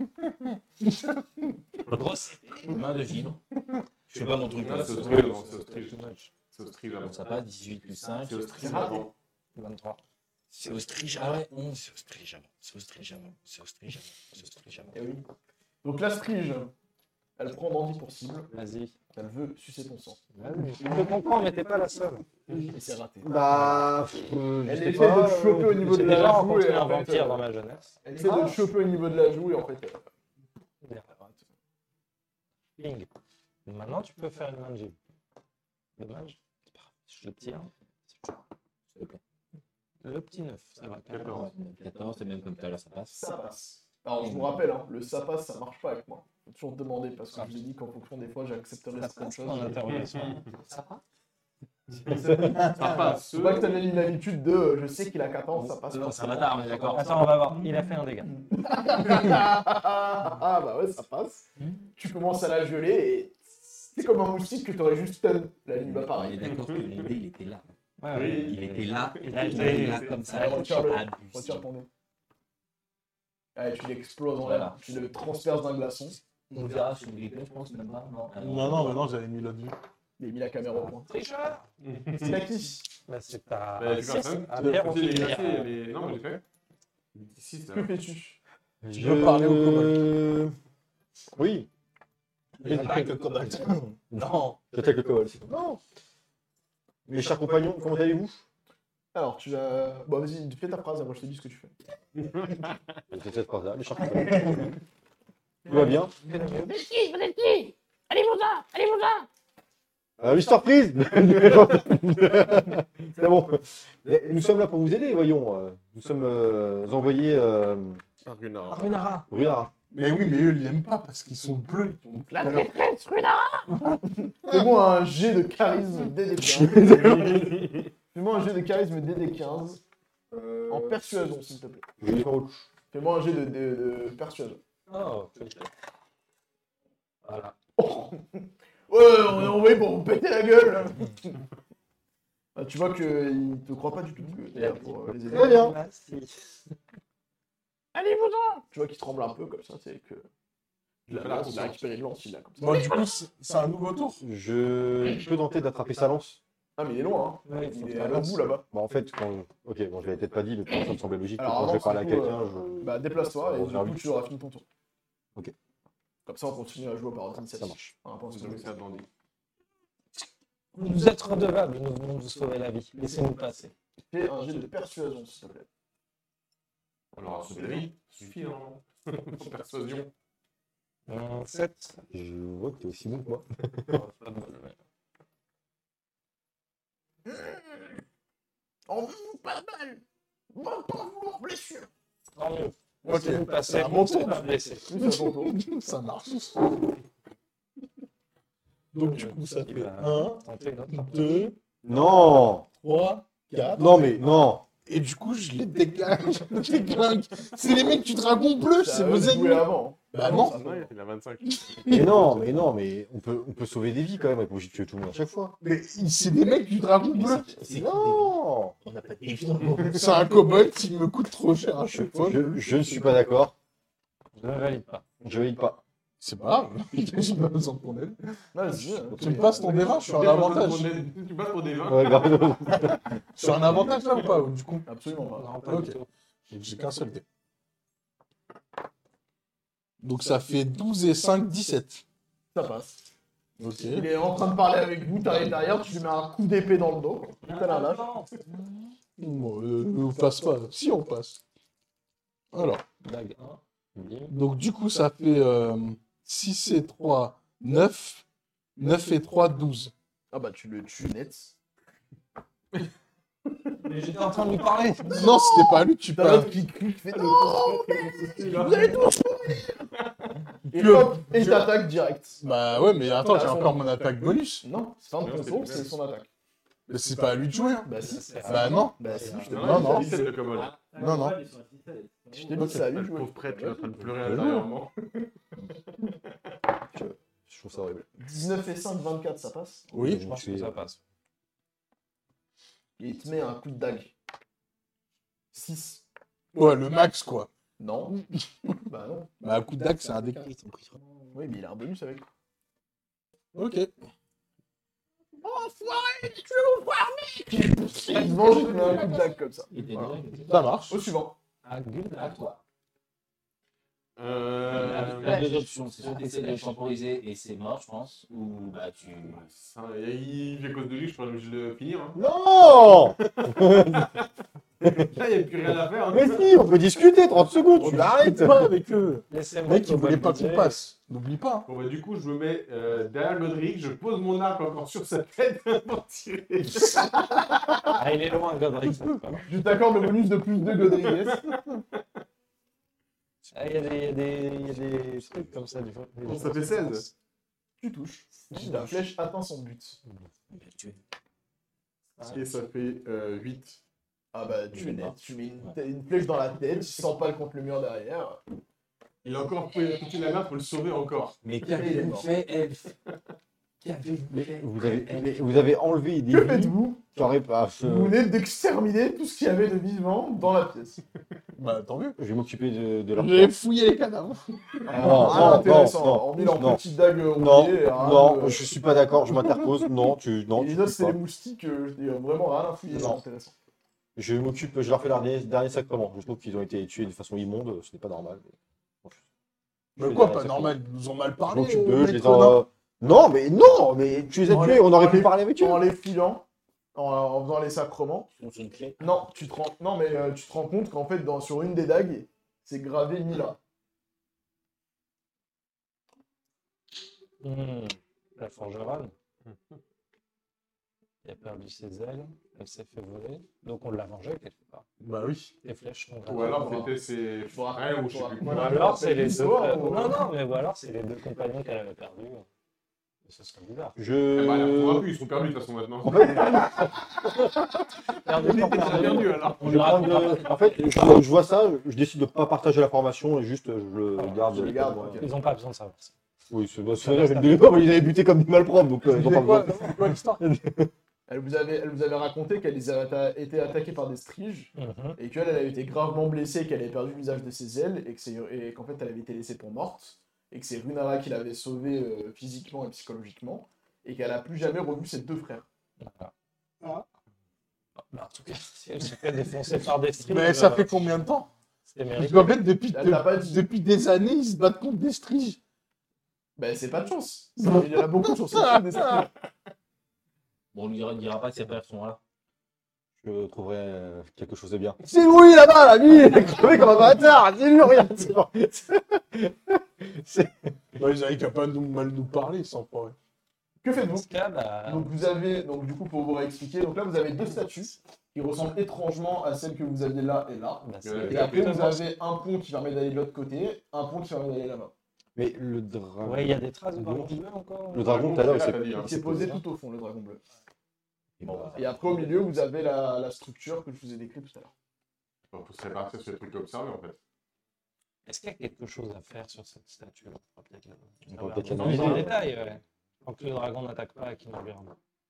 [SPEAKER 6] Grosse main de givre. Je fais pas mon truc
[SPEAKER 5] Ah,
[SPEAKER 6] là.
[SPEAKER 5] c'est
[SPEAKER 6] C'est
[SPEAKER 5] au strige, c'est au strige. C'est au strige avant.
[SPEAKER 6] Donc ça passe, dix-huit plus cinq.
[SPEAKER 5] C'est au strige
[SPEAKER 1] C'est raté.
[SPEAKER 5] avant.
[SPEAKER 7] vingt-trois.
[SPEAKER 6] C'est au strige. Ah ouais, onze. C'est au strige avant. C'est au strige avant. C'est au strige avant. C'est au strige avant.
[SPEAKER 1] Eh oui. Donc la strige, elle prend Dandy pour cible,
[SPEAKER 7] Vas-y.
[SPEAKER 1] elle veut sucer ton sang.
[SPEAKER 7] Vas-y. Je te comprends, mais t'es pas la seule.
[SPEAKER 1] Et c'est raté.
[SPEAKER 4] Bah, euh, je
[SPEAKER 1] Elle
[SPEAKER 4] sais
[SPEAKER 1] essaie
[SPEAKER 4] pas,
[SPEAKER 1] de te choper au niveau de
[SPEAKER 7] J'ai
[SPEAKER 1] la
[SPEAKER 7] déjà
[SPEAKER 1] joue
[SPEAKER 7] rencontré
[SPEAKER 1] et
[SPEAKER 7] un
[SPEAKER 1] en fait,
[SPEAKER 7] vampire
[SPEAKER 1] euh,
[SPEAKER 7] dans ma jeunesse.
[SPEAKER 1] elle essaie de te choper au niveau de la joue et en fait, euh,
[SPEAKER 7] Bien. Ping. Maintenant, tu peux faire une main de givre. Dommage. C'est pas grave. Je le tire.
[SPEAKER 6] S'il te plaît.
[SPEAKER 7] Le petit neuf, ça va.
[SPEAKER 5] quatorze.
[SPEAKER 6] quatorze, c'est même comme tout à l'heure, ça passe.
[SPEAKER 1] ça passe. Alors je vous rappelle, hein, le ça passe, ça marche pas avec moi. Faut toujours te demander parce que je vous ai dit qu'en fonction des fois, j'accepterai certaines choses.
[SPEAKER 7] En interrogation. Ça va
[SPEAKER 5] Ça passe.
[SPEAKER 1] Faut pas que t'aies une habitude de euh, je sais qu'il a quatre ans, ça passe
[SPEAKER 6] Non,
[SPEAKER 1] pas.
[SPEAKER 6] c'est un bâtard, on est d'accord.
[SPEAKER 7] Attends, on va voir. Il a fait un dégât.
[SPEAKER 1] Ah bah ouais, ça passe. Tu commences à la geler et c'est comme un moustique que t'aurais juste stun. Là, il va
[SPEAKER 6] On est
[SPEAKER 1] pareil.
[SPEAKER 6] d'accord que le dé, il était là.
[SPEAKER 7] Ouais,
[SPEAKER 5] Oui.
[SPEAKER 7] ouais.
[SPEAKER 6] Il était là,
[SPEAKER 7] Il a
[SPEAKER 6] il
[SPEAKER 7] été-
[SPEAKER 6] était là comme ça.
[SPEAKER 1] Allez, retire-le.
[SPEAKER 6] Abusé.
[SPEAKER 1] Retire ton nez. Allez, tu l'exploses en
[SPEAKER 6] Voilà.
[SPEAKER 1] l'air. Tu le transperces d'un glaçon.
[SPEAKER 6] On verra sur le replay, je pense, même pas. Non, alors,
[SPEAKER 2] Non, non, mais non, j'avais mis l'autre vue.
[SPEAKER 1] Il a mis la caméra au point.
[SPEAKER 7] Tricheur.
[SPEAKER 1] C'est à qui?
[SPEAKER 7] Bah, c'est à.
[SPEAKER 5] Bah, tu fais ça.
[SPEAKER 7] à Pierre, on
[SPEAKER 5] Tu
[SPEAKER 7] fait
[SPEAKER 5] l'as
[SPEAKER 7] dire.
[SPEAKER 5] fait, mais- Non, mais j'ai fait. Ici, c'est
[SPEAKER 1] Que fais-tu?
[SPEAKER 2] Je veux parler au kobold.
[SPEAKER 4] Oui,
[SPEAKER 6] il attaque le cobalt.
[SPEAKER 7] Non.
[SPEAKER 4] j'attaque le kobold. Non. Mes chers compagnons, comment allez-vous?
[SPEAKER 1] Alors, tu vas. Bon, vas-y, fais ta phrase, moi je te dis ce que tu fais.
[SPEAKER 4] Je fais cette phrase-là, mes chers compagnons. Tout va bien?
[SPEAKER 8] Vous êtes qui? Vous êtes qui? Allez-vous-en! Allez-vous-en!
[SPEAKER 4] Euh, oui, surprise. C'est bon. Nous sommes là pour vous aider, voyons. Euh, Nous sommes euh, envoyés euh,
[SPEAKER 5] Argunara.
[SPEAKER 7] Runara.
[SPEAKER 4] Runara.
[SPEAKER 2] Mais oui, mais eux, ils l'aiment pas parce qu'ils sont bleus.
[SPEAKER 8] La traîtresse, Runara!
[SPEAKER 1] Fais-moi un jet de charisme D D quinze. Fais-moi un jet de charisme D D quinze. En persuasion, s'il te plaît.
[SPEAKER 4] Je vais faire
[SPEAKER 1] Fais-moi un jet de, de, de persuasion.
[SPEAKER 7] Oh, voilà.
[SPEAKER 1] Ouais, on est envoyé pour vous péter la gueule. Ah, tu vois qu'il te croit pas du tout que t'es là pour euh, les aider.
[SPEAKER 4] Très bien.
[SPEAKER 7] Merci.
[SPEAKER 8] Allez-vous-en!
[SPEAKER 1] Tu vois qu'il tremble un peu comme ça, c'est que. Il a, lance, il a récupéré une lance, il a comme ça.
[SPEAKER 2] Bon, du coup, c'est c'est un nouveau tour.
[SPEAKER 4] Je peux tenter d'attraper sa lance.
[SPEAKER 1] Ah, mais il est loin, hein.
[SPEAKER 7] Ouais, il faut
[SPEAKER 1] Il est
[SPEAKER 7] que
[SPEAKER 1] à
[SPEAKER 7] tu
[SPEAKER 1] l'autre bout là-bas.
[SPEAKER 4] Bon, en fait, quand... Ok, bon, je l'avais peut-être pas dit, mais pour moi, ça me semblait logique. que
[SPEAKER 1] Alors,
[SPEAKER 4] quand je vais
[SPEAKER 1] avance,
[SPEAKER 4] parler à
[SPEAKER 1] du coup,
[SPEAKER 4] quelqu'un,
[SPEAKER 1] euh,
[SPEAKER 4] je...
[SPEAKER 1] Bah, déplace-toi et
[SPEAKER 4] Bon,
[SPEAKER 1] du
[SPEAKER 4] vers
[SPEAKER 1] coup,
[SPEAKER 4] lui.
[SPEAKER 1] tu auras fini ton tour.
[SPEAKER 4] Ok.
[SPEAKER 1] Comme ça, on continue à jouer par ordre d'initiative.
[SPEAKER 4] Ça marche.
[SPEAKER 1] Ah, pense
[SPEAKER 5] C'est
[SPEAKER 1] que-
[SPEAKER 5] donc ça, bandit.
[SPEAKER 7] Vous nous êtes redevables, nous venons de vous sauver la vie. Laissez-nous passer.
[SPEAKER 1] Fais un jet de persuasion, s'il te plaît.
[SPEAKER 5] Alors, c'est bien, ça suffit, hein. Persuasion.
[SPEAKER 7] sept.
[SPEAKER 4] Je vois que t'es aussi bon que moi.
[SPEAKER 1] En vous, pas mal. Bon, pas vouloir blessure.
[SPEAKER 7] Tant mieux.
[SPEAKER 2] Ok,
[SPEAKER 7] Laissez-nous passer.
[SPEAKER 2] à mon tour.
[SPEAKER 7] On va blesser.
[SPEAKER 1] Plus à ton tour.
[SPEAKER 2] Ça marche. Donc, du coup, ça
[SPEAKER 7] Il
[SPEAKER 2] fait
[SPEAKER 7] va
[SPEAKER 2] un,
[SPEAKER 7] tenter notre
[SPEAKER 2] deux,
[SPEAKER 4] Non.
[SPEAKER 2] trois, quatre.
[SPEAKER 4] Non, mais non.
[SPEAKER 2] Et du coup, je les déglingue. Je les déglingue. C'est les mecs du dragon bleu, c'est
[SPEAKER 1] Ça
[SPEAKER 2] vos
[SPEAKER 1] avait joué
[SPEAKER 2] ennemis.
[SPEAKER 1] avant.
[SPEAKER 2] Bah non.
[SPEAKER 1] ça
[SPEAKER 5] Non,
[SPEAKER 1] va.
[SPEAKER 5] il a vingt-cinq.
[SPEAKER 4] Mais non, mais non, mais on peut, on peut sauver des vies quand même. On est pas obligé de tuer tout le monde à chaque fois.
[SPEAKER 2] Mais c'est des mecs du dragon bleu.
[SPEAKER 4] Non.
[SPEAKER 6] On n'a pas de évidemment.
[SPEAKER 2] C'est un kobold qui me coûte trop cher à chaque fois.
[SPEAKER 4] Je, je ne suis pas d'accord.
[SPEAKER 7] Je ne valide pas.
[SPEAKER 4] Je valide pas.
[SPEAKER 2] C'est pas grave. J'ai pas besoin de ton aide.
[SPEAKER 1] Vas-y. hein.
[SPEAKER 2] Tu me passes ton dévin, je suis en avantage.
[SPEAKER 5] Tu passes pour des vins.
[SPEAKER 4] Ouais, grave.
[SPEAKER 2] Je suis en avantage là ou pas, du coup?
[SPEAKER 1] Absolument pas.
[SPEAKER 7] Non, pas
[SPEAKER 2] Ok.
[SPEAKER 7] du tout.
[SPEAKER 2] J'ai qu'un seul dé. Donc ça fait douze et cinq, dix-sept.
[SPEAKER 1] Ça passe.
[SPEAKER 2] Ok.
[SPEAKER 1] Il est en train de parler avec vous, t'arrives derrière, tu lui mets un coup d'épée dans le dos. T'as la lâche.
[SPEAKER 2] Bon, euh, on passe pas. Si, on passe. Alors,
[SPEAKER 7] Dague un. Bim.
[SPEAKER 2] donc du coup, ça fait euh, six et trois, neuf. neuf et trois, douze.
[SPEAKER 1] Ah bah tu le tues net.
[SPEAKER 7] Mais j'étais en train de lui parler.
[SPEAKER 2] Non, c'était pas lui que tu
[SPEAKER 1] T'as
[SPEAKER 2] parles.
[SPEAKER 1] l'autre qui crie, qui fait non, vous allez tous mourir. Et
[SPEAKER 2] Le-
[SPEAKER 1] hop, et il t'attaque direct.
[SPEAKER 2] Bah ouais, mais attends, j'ai encore mon attaque bonus.
[SPEAKER 1] Non, c'est un de ton tour, c'est son attaque.
[SPEAKER 2] Mais c'est pas à lui de jouer. Hein.
[SPEAKER 1] Bah si.
[SPEAKER 2] Bah non.
[SPEAKER 1] Bah si, je te
[SPEAKER 5] Non,
[SPEAKER 2] Non,
[SPEAKER 5] non,
[SPEAKER 2] non.
[SPEAKER 5] dix-sept le kobold.
[SPEAKER 2] Non, non.
[SPEAKER 1] Je t'ai dit ça, lui,
[SPEAKER 5] Le
[SPEAKER 1] jouer.
[SPEAKER 5] pauvre prêtre, il est en train de pleurer intérieurement.
[SPEAKER 4] Je trouve ça horrible.
[SPEAKER 1] dix-neuf et cinq, vingt-quatre, ça passe.
[SPEAKER 2] Oui.
[SPEAKER 7] Je pense que ça passe.
[SPEAKER 1] Et il te met un coup de dague. six.
[SPEAKER 2] Ouais, le max, quoi.
[SPEAKER 1] Non. Bah non.
[SPEAKER 2] Bah, un coup de dague, c'est un dé quatre.
[SPEAKER 1] Oui, mais il a un bonus avec.
[SPEAKER 2] Ok.
[SPEAKER 1] Il se venge, il te met un coup de dague comme ça.
[SPEAKER 6] Il était
[SPEAKER 1] Voilà.
[SPEAKER 6] déjà-
[SPEAKER 2] Ça marche.
[SPEAKER 1] Au suivant.
[SPEAKER 7] À Gulda.
[SPEAKER 6] À toi.
[SPEAKER 5] Euh...
[SPEAKER 6] T'as deux options. C'est soit tu essaies de le temporiser et c'est mort, je pense, ou bah tu.
[SPEAKER 5] Ça, il à cause de lui, je pourrais juste le finir. Hein.
[SPEAKER 4] Non.
[SPEAKER 5] Là, il n'y a plus rien à faire. hein.
[SPEAKER 4] Mais si, on peut discuter, trente secondes, tu l'arrêtes.
[SPEAKER 2] pas avec eux.
[SPEAKER 7] Laissez-moi.
[SPEAKER 2] Mec, il voulait pas qu'on passe. N'oublie pas.
[SPEAKER 5] Bon, bah, du coup, je me mets euh, derrière Godric, je pose mon arc encore sur sa tête pour tirer.
[SPEAKER 7] Ah, il est loin, Godric. ça, c'est pas mal.
[SPEAKER 1] Je t'accorde le bonus de plus de Godriguez.
[SPEAKER 7] Ah, il y a des, il y a des, il y a des trucs comme ça, du coup.
[SPEAKER 5] Bon, ça fait seize.
[SPEAKER 1] Tu touches. La flèche atteint son but.
[SPEAKER 6] Il va le tuer.
[SPEAKER 5] Et ça fait euh, huit.
[SPEAKER 1] Ah bah tu
[SPEAKER 7] Il est
[SPEAKER 1] mets,
[SPEAKER 7] mort.
[SPEAKER 1] tu mets une, une flèche dans la tête, tu s'empale contre le mur derrière.
[SPEAKER 5] Il a encore pris la main pour le sauver encore.
[SPEAKER 3] Mais
[SPEAKER 1] Il est
[SPEAKER 3] qu'avez-vous
[SPEAKER 1] mort.
[SPEAKER 3] fait, Elf Qu'avez-vous
[SPEAKER 4] Mais
[SPEAKER 3] fait
[SPEAKER 4] vous avez, mais vous avez enlevé des
[SPEAKER 1] Que
[SPEAKER 4] vies
[SPEAKER 1] faites-vous
[SPEAKER 4] qui auraient pas. Je,
[SPEAKER 1] Vous venez d'exterminer tout ce qu'il y avait de vivant dans la pièce.
[SPEAKER 2] Bah, tant mieux.
[SPEAKER 4] je vais m'occuper de, de leur
[SPEAKER 2] J'ai fouillé les cadavres.
[SPEAKER 1] Ah,
[SPEAKER 4] non,
[SPEAKER 1] rien
[SPEAKER 4] non,
[SPEAKER 1] d'intéressant,
[SPEAKER 4] non,
[SPEAKER 1] hormis leur
[SPEAKER 4] non.
[SPEAKER 1] petite dague
[SPEAKER 4] Non,
[SPEAKER 1] rouillée. rien
[SPEAKER 4] non,
[SPEAKER 1] de-
[SPEAKER 4] je suis pas d'accord, je m'interpose. Non, tu, non,
[SPEAKER 1] Et
[SPEAKER 4] tu
[SPEAKER 1] les autres,
[SPEAKER 4] peux
[SPEAKER 1] c'est
[SPEAKER 4] pas.
[SPEAKER 1] les moustiques, euh, il y a vraiment rien à fouiller, c'est
[SPEAKER 4] Non.
[SPEAKER 1] intéressant.
[SPEAKER 4] Je m'occupe, je leur fais leur dernier, dernier sacrement. Je trouve qu'ils ont été tués de façon immonde, ce n'est pas normal. mais bon, je- je
[SPEAKER 2] Mais
[SPEAKER 4] fais
[SPEAKER 2] quoi,
[SPEAKER 4] le
[SPEAKER 2] pas
[SPEAKER 4] dernier
[SPEAKER 2] normal, ils nous ont mal
[SPEAKER 4] sacrement. Je
[SPEAKER 2] parlé.
[SPEAKER 4] m'occupe
[SPEAKER 2] euh,
[SPEAKER 4] d'eux, je les
[SPEAKER 2] maître nain.
[SPEAKER 4] en... Non, mais non, mais tu les as
[SPEAKER 1] En
[SPEAKER 4] tués,
[SPEAKER 1] les-
[SPEAKER 4] on aurait
[SPEAKER 1] en
[SPEAKER 4] pu
[SPEAKER 1] les-
[SPEAKER 4] parler avec eux.
[SPEAKER 1] En les filant, en, en faisant les sacrements,
[SPEAKER 6] On se une clé.
[SPEAKER 1] non, tu te rends, non, mais euh, tu te rends compte qu'en fait, dans, sur une des dagues, c'est gravé Mila.
[SPEAKER 7] Hmm, La forgeronne. Il a perdu ses ailes, elle s'est fait voler. Donc on l'a vengée quelque part.
[SPEAKER 2] Bah oui.
[SPEAKER 7] Les flèches sont
[SPEAKER 5] Ou
[SPEAKER 7] gravées.
[SPEAKER 5] alors c'était ses
[SPEAKER 1] Faudra-
[SPEAKER 5] frères ou je sais
[SPEAKER 1] faudra-
[SPEAKER 5] plus
[SPEAKER 7] Ou
[SPEAKER 5] quoi.
[SPEAKER 7] alors c'est les deux.
[SPEAKER 1] l'histoire, ou-
[SPEAKER 7] Non, non, mais ou alors c'est les deux compagnons qu'elle avait perdus. Ce serait bizarre.
[SPEAKER 5] Eh ben, elle la retrouvera
[SPEAKER 4] Je.
[SPEAKER 5] plus, ils sont perdus de toute façon maintenant.
[SPEAKER 4] En fait,
[SPEAKER 7] Perdu,
[SPEAKER 5] Il
[SPEAKER 7] pas
[SPEAKER 5] était
[SPEAKER 7] perdu.
[SPEAKER 5] perdu alors.
[SPEAKER 7] On
[SPEAKER 4] je
[SPEAKER 7] lui
[SPEAKER 4] vais prendre
[SPEAKER 7] racontera
[SPEAKER 4] de-
[SPEAKER 7] pas.
[SPEAKER 4] en fait, je, je vois ça, je décide de pas partager l'information et juste je le garde.
[SPEAKER 1] je le garde,
[SPEAKER 4] comme moi.
[SPEAKER 1] ok.
[SPEAKER 7] Ils n'ont pas besoin de savoir ça.
[SPEAKER 4] Oui, c'est bah, c'est vrai, je vais le dire, mais ils avaient buté comme des malpropres, donc euh, ils ont pas
[SPEAKER 2] C'est quoi,
[SPEAKER 4] besoin.
[SPEAKER 2] c'est quoi l'histoire?
[SPEAKER 1] Elle vous avait, elle vous avait raconté qu'elle avait atta- été attaquée par des striges
[SPEAKER 7] Mhm.
[SPEAKER 1] et qu'elle elle avait été gravement blessée, qu'elle avait perdu l'usage de ses ailes et que c'est- et qu'en fait elle avait été laissée pour morte et que c'est Runara qui l'avait sauvée euh, physiquement et psychologiquement et qu'elle a plus jamais revu ses deux frères.
[SPEAKER 7] Voilà.
[SPEAKER 2] Ah.
[SPEAKER 7] Bah, en tout cas, si elle se fait défoncer par des strips,
[SPEAKER 2] Mais ça
[SPEAKER 7] euh,
[SPEAKER 2] fait combien de temps?
[SPEAKER 7] c'est
[SPEAKER 2] Parce
[SPEAKER 7] mérité.
[SPEAKER 2] qu'en fait, depuis,
[SPEAKER 1] Elle t'a pas dit.
[SPEAKER 2] depuis des années, ils se battent contre des striges.
[SPEAKER 1] Ben c'est pas de chance. Il y en a beaucoup sur ce film des striges.
[SPEAKER 6] Bon, on lui dira, dira pas que ses pères sont là.
[SPEAKER 4] Je trouverai euh, quelque chose de bien.
[SPEAKER 9] C'est oui là-bas, là, lui, il est crevé comme un bâtard. C'est lui, regarde.
[SPEAKER 2] Ouais, ils avaient qu'à pas nous, mal nous parler, sans problème.
[SPEAKER 1] Que
[SPEAKER 7] Dans
[SPEAKER 1] faites-vous?
[SPEAKER 7] ce cas, bah,
[SPEAKER 1] Donc vous avez, donc du coup pour vous réexpliquer, donc là vous avez deux statues qui ressemblent étrangement à celles que vous aviez là et là.
[SPEAKER 7] bah, c'est-
[SPEAKER 5] Euh,
[SPEAKER 1] Et après vous avez un pont qui permet d'aller de l'autre côté, un pont qui permet d'aller là-bas.
[SPEAKER 4] Mais le dragon.
[SPEAKER 7] Ouais, il y a des traces de dragon bleu encore.
[SPEAKER 4] Le dragon, tout à l'heure, il
[SPEAKER 5] Là,
[SPEAKER 4] s'est
[SPEAKER 5] t'as dit, hein.
[SPEAKER 1] Qui est posé tout au fond, le dragon bleu.
[SPEAKER 6] Bon, bah,
[SPEAKER 1] Et après au milieu vous avez la, la structure que je vous ai décrite tout à l'heure.
[SPEAKER 5] On peut se répartir sur les trucs observés en fait.
[SPEAKER 7] Est-ce qu'il y a quelque chose à faire sur cette statue? On pourra peut-être la-
[SPEAKER 4] On pourra
[SPEAKER 7] la
[SPEAKER 4] peut-être
[SPEAKER 7] regarder dans
[SPEAKER 4] l'analyser.
[SPEAKER 7] les détails, ouais. Tant que le dragon n'attaque pas et qu'il nous regarde.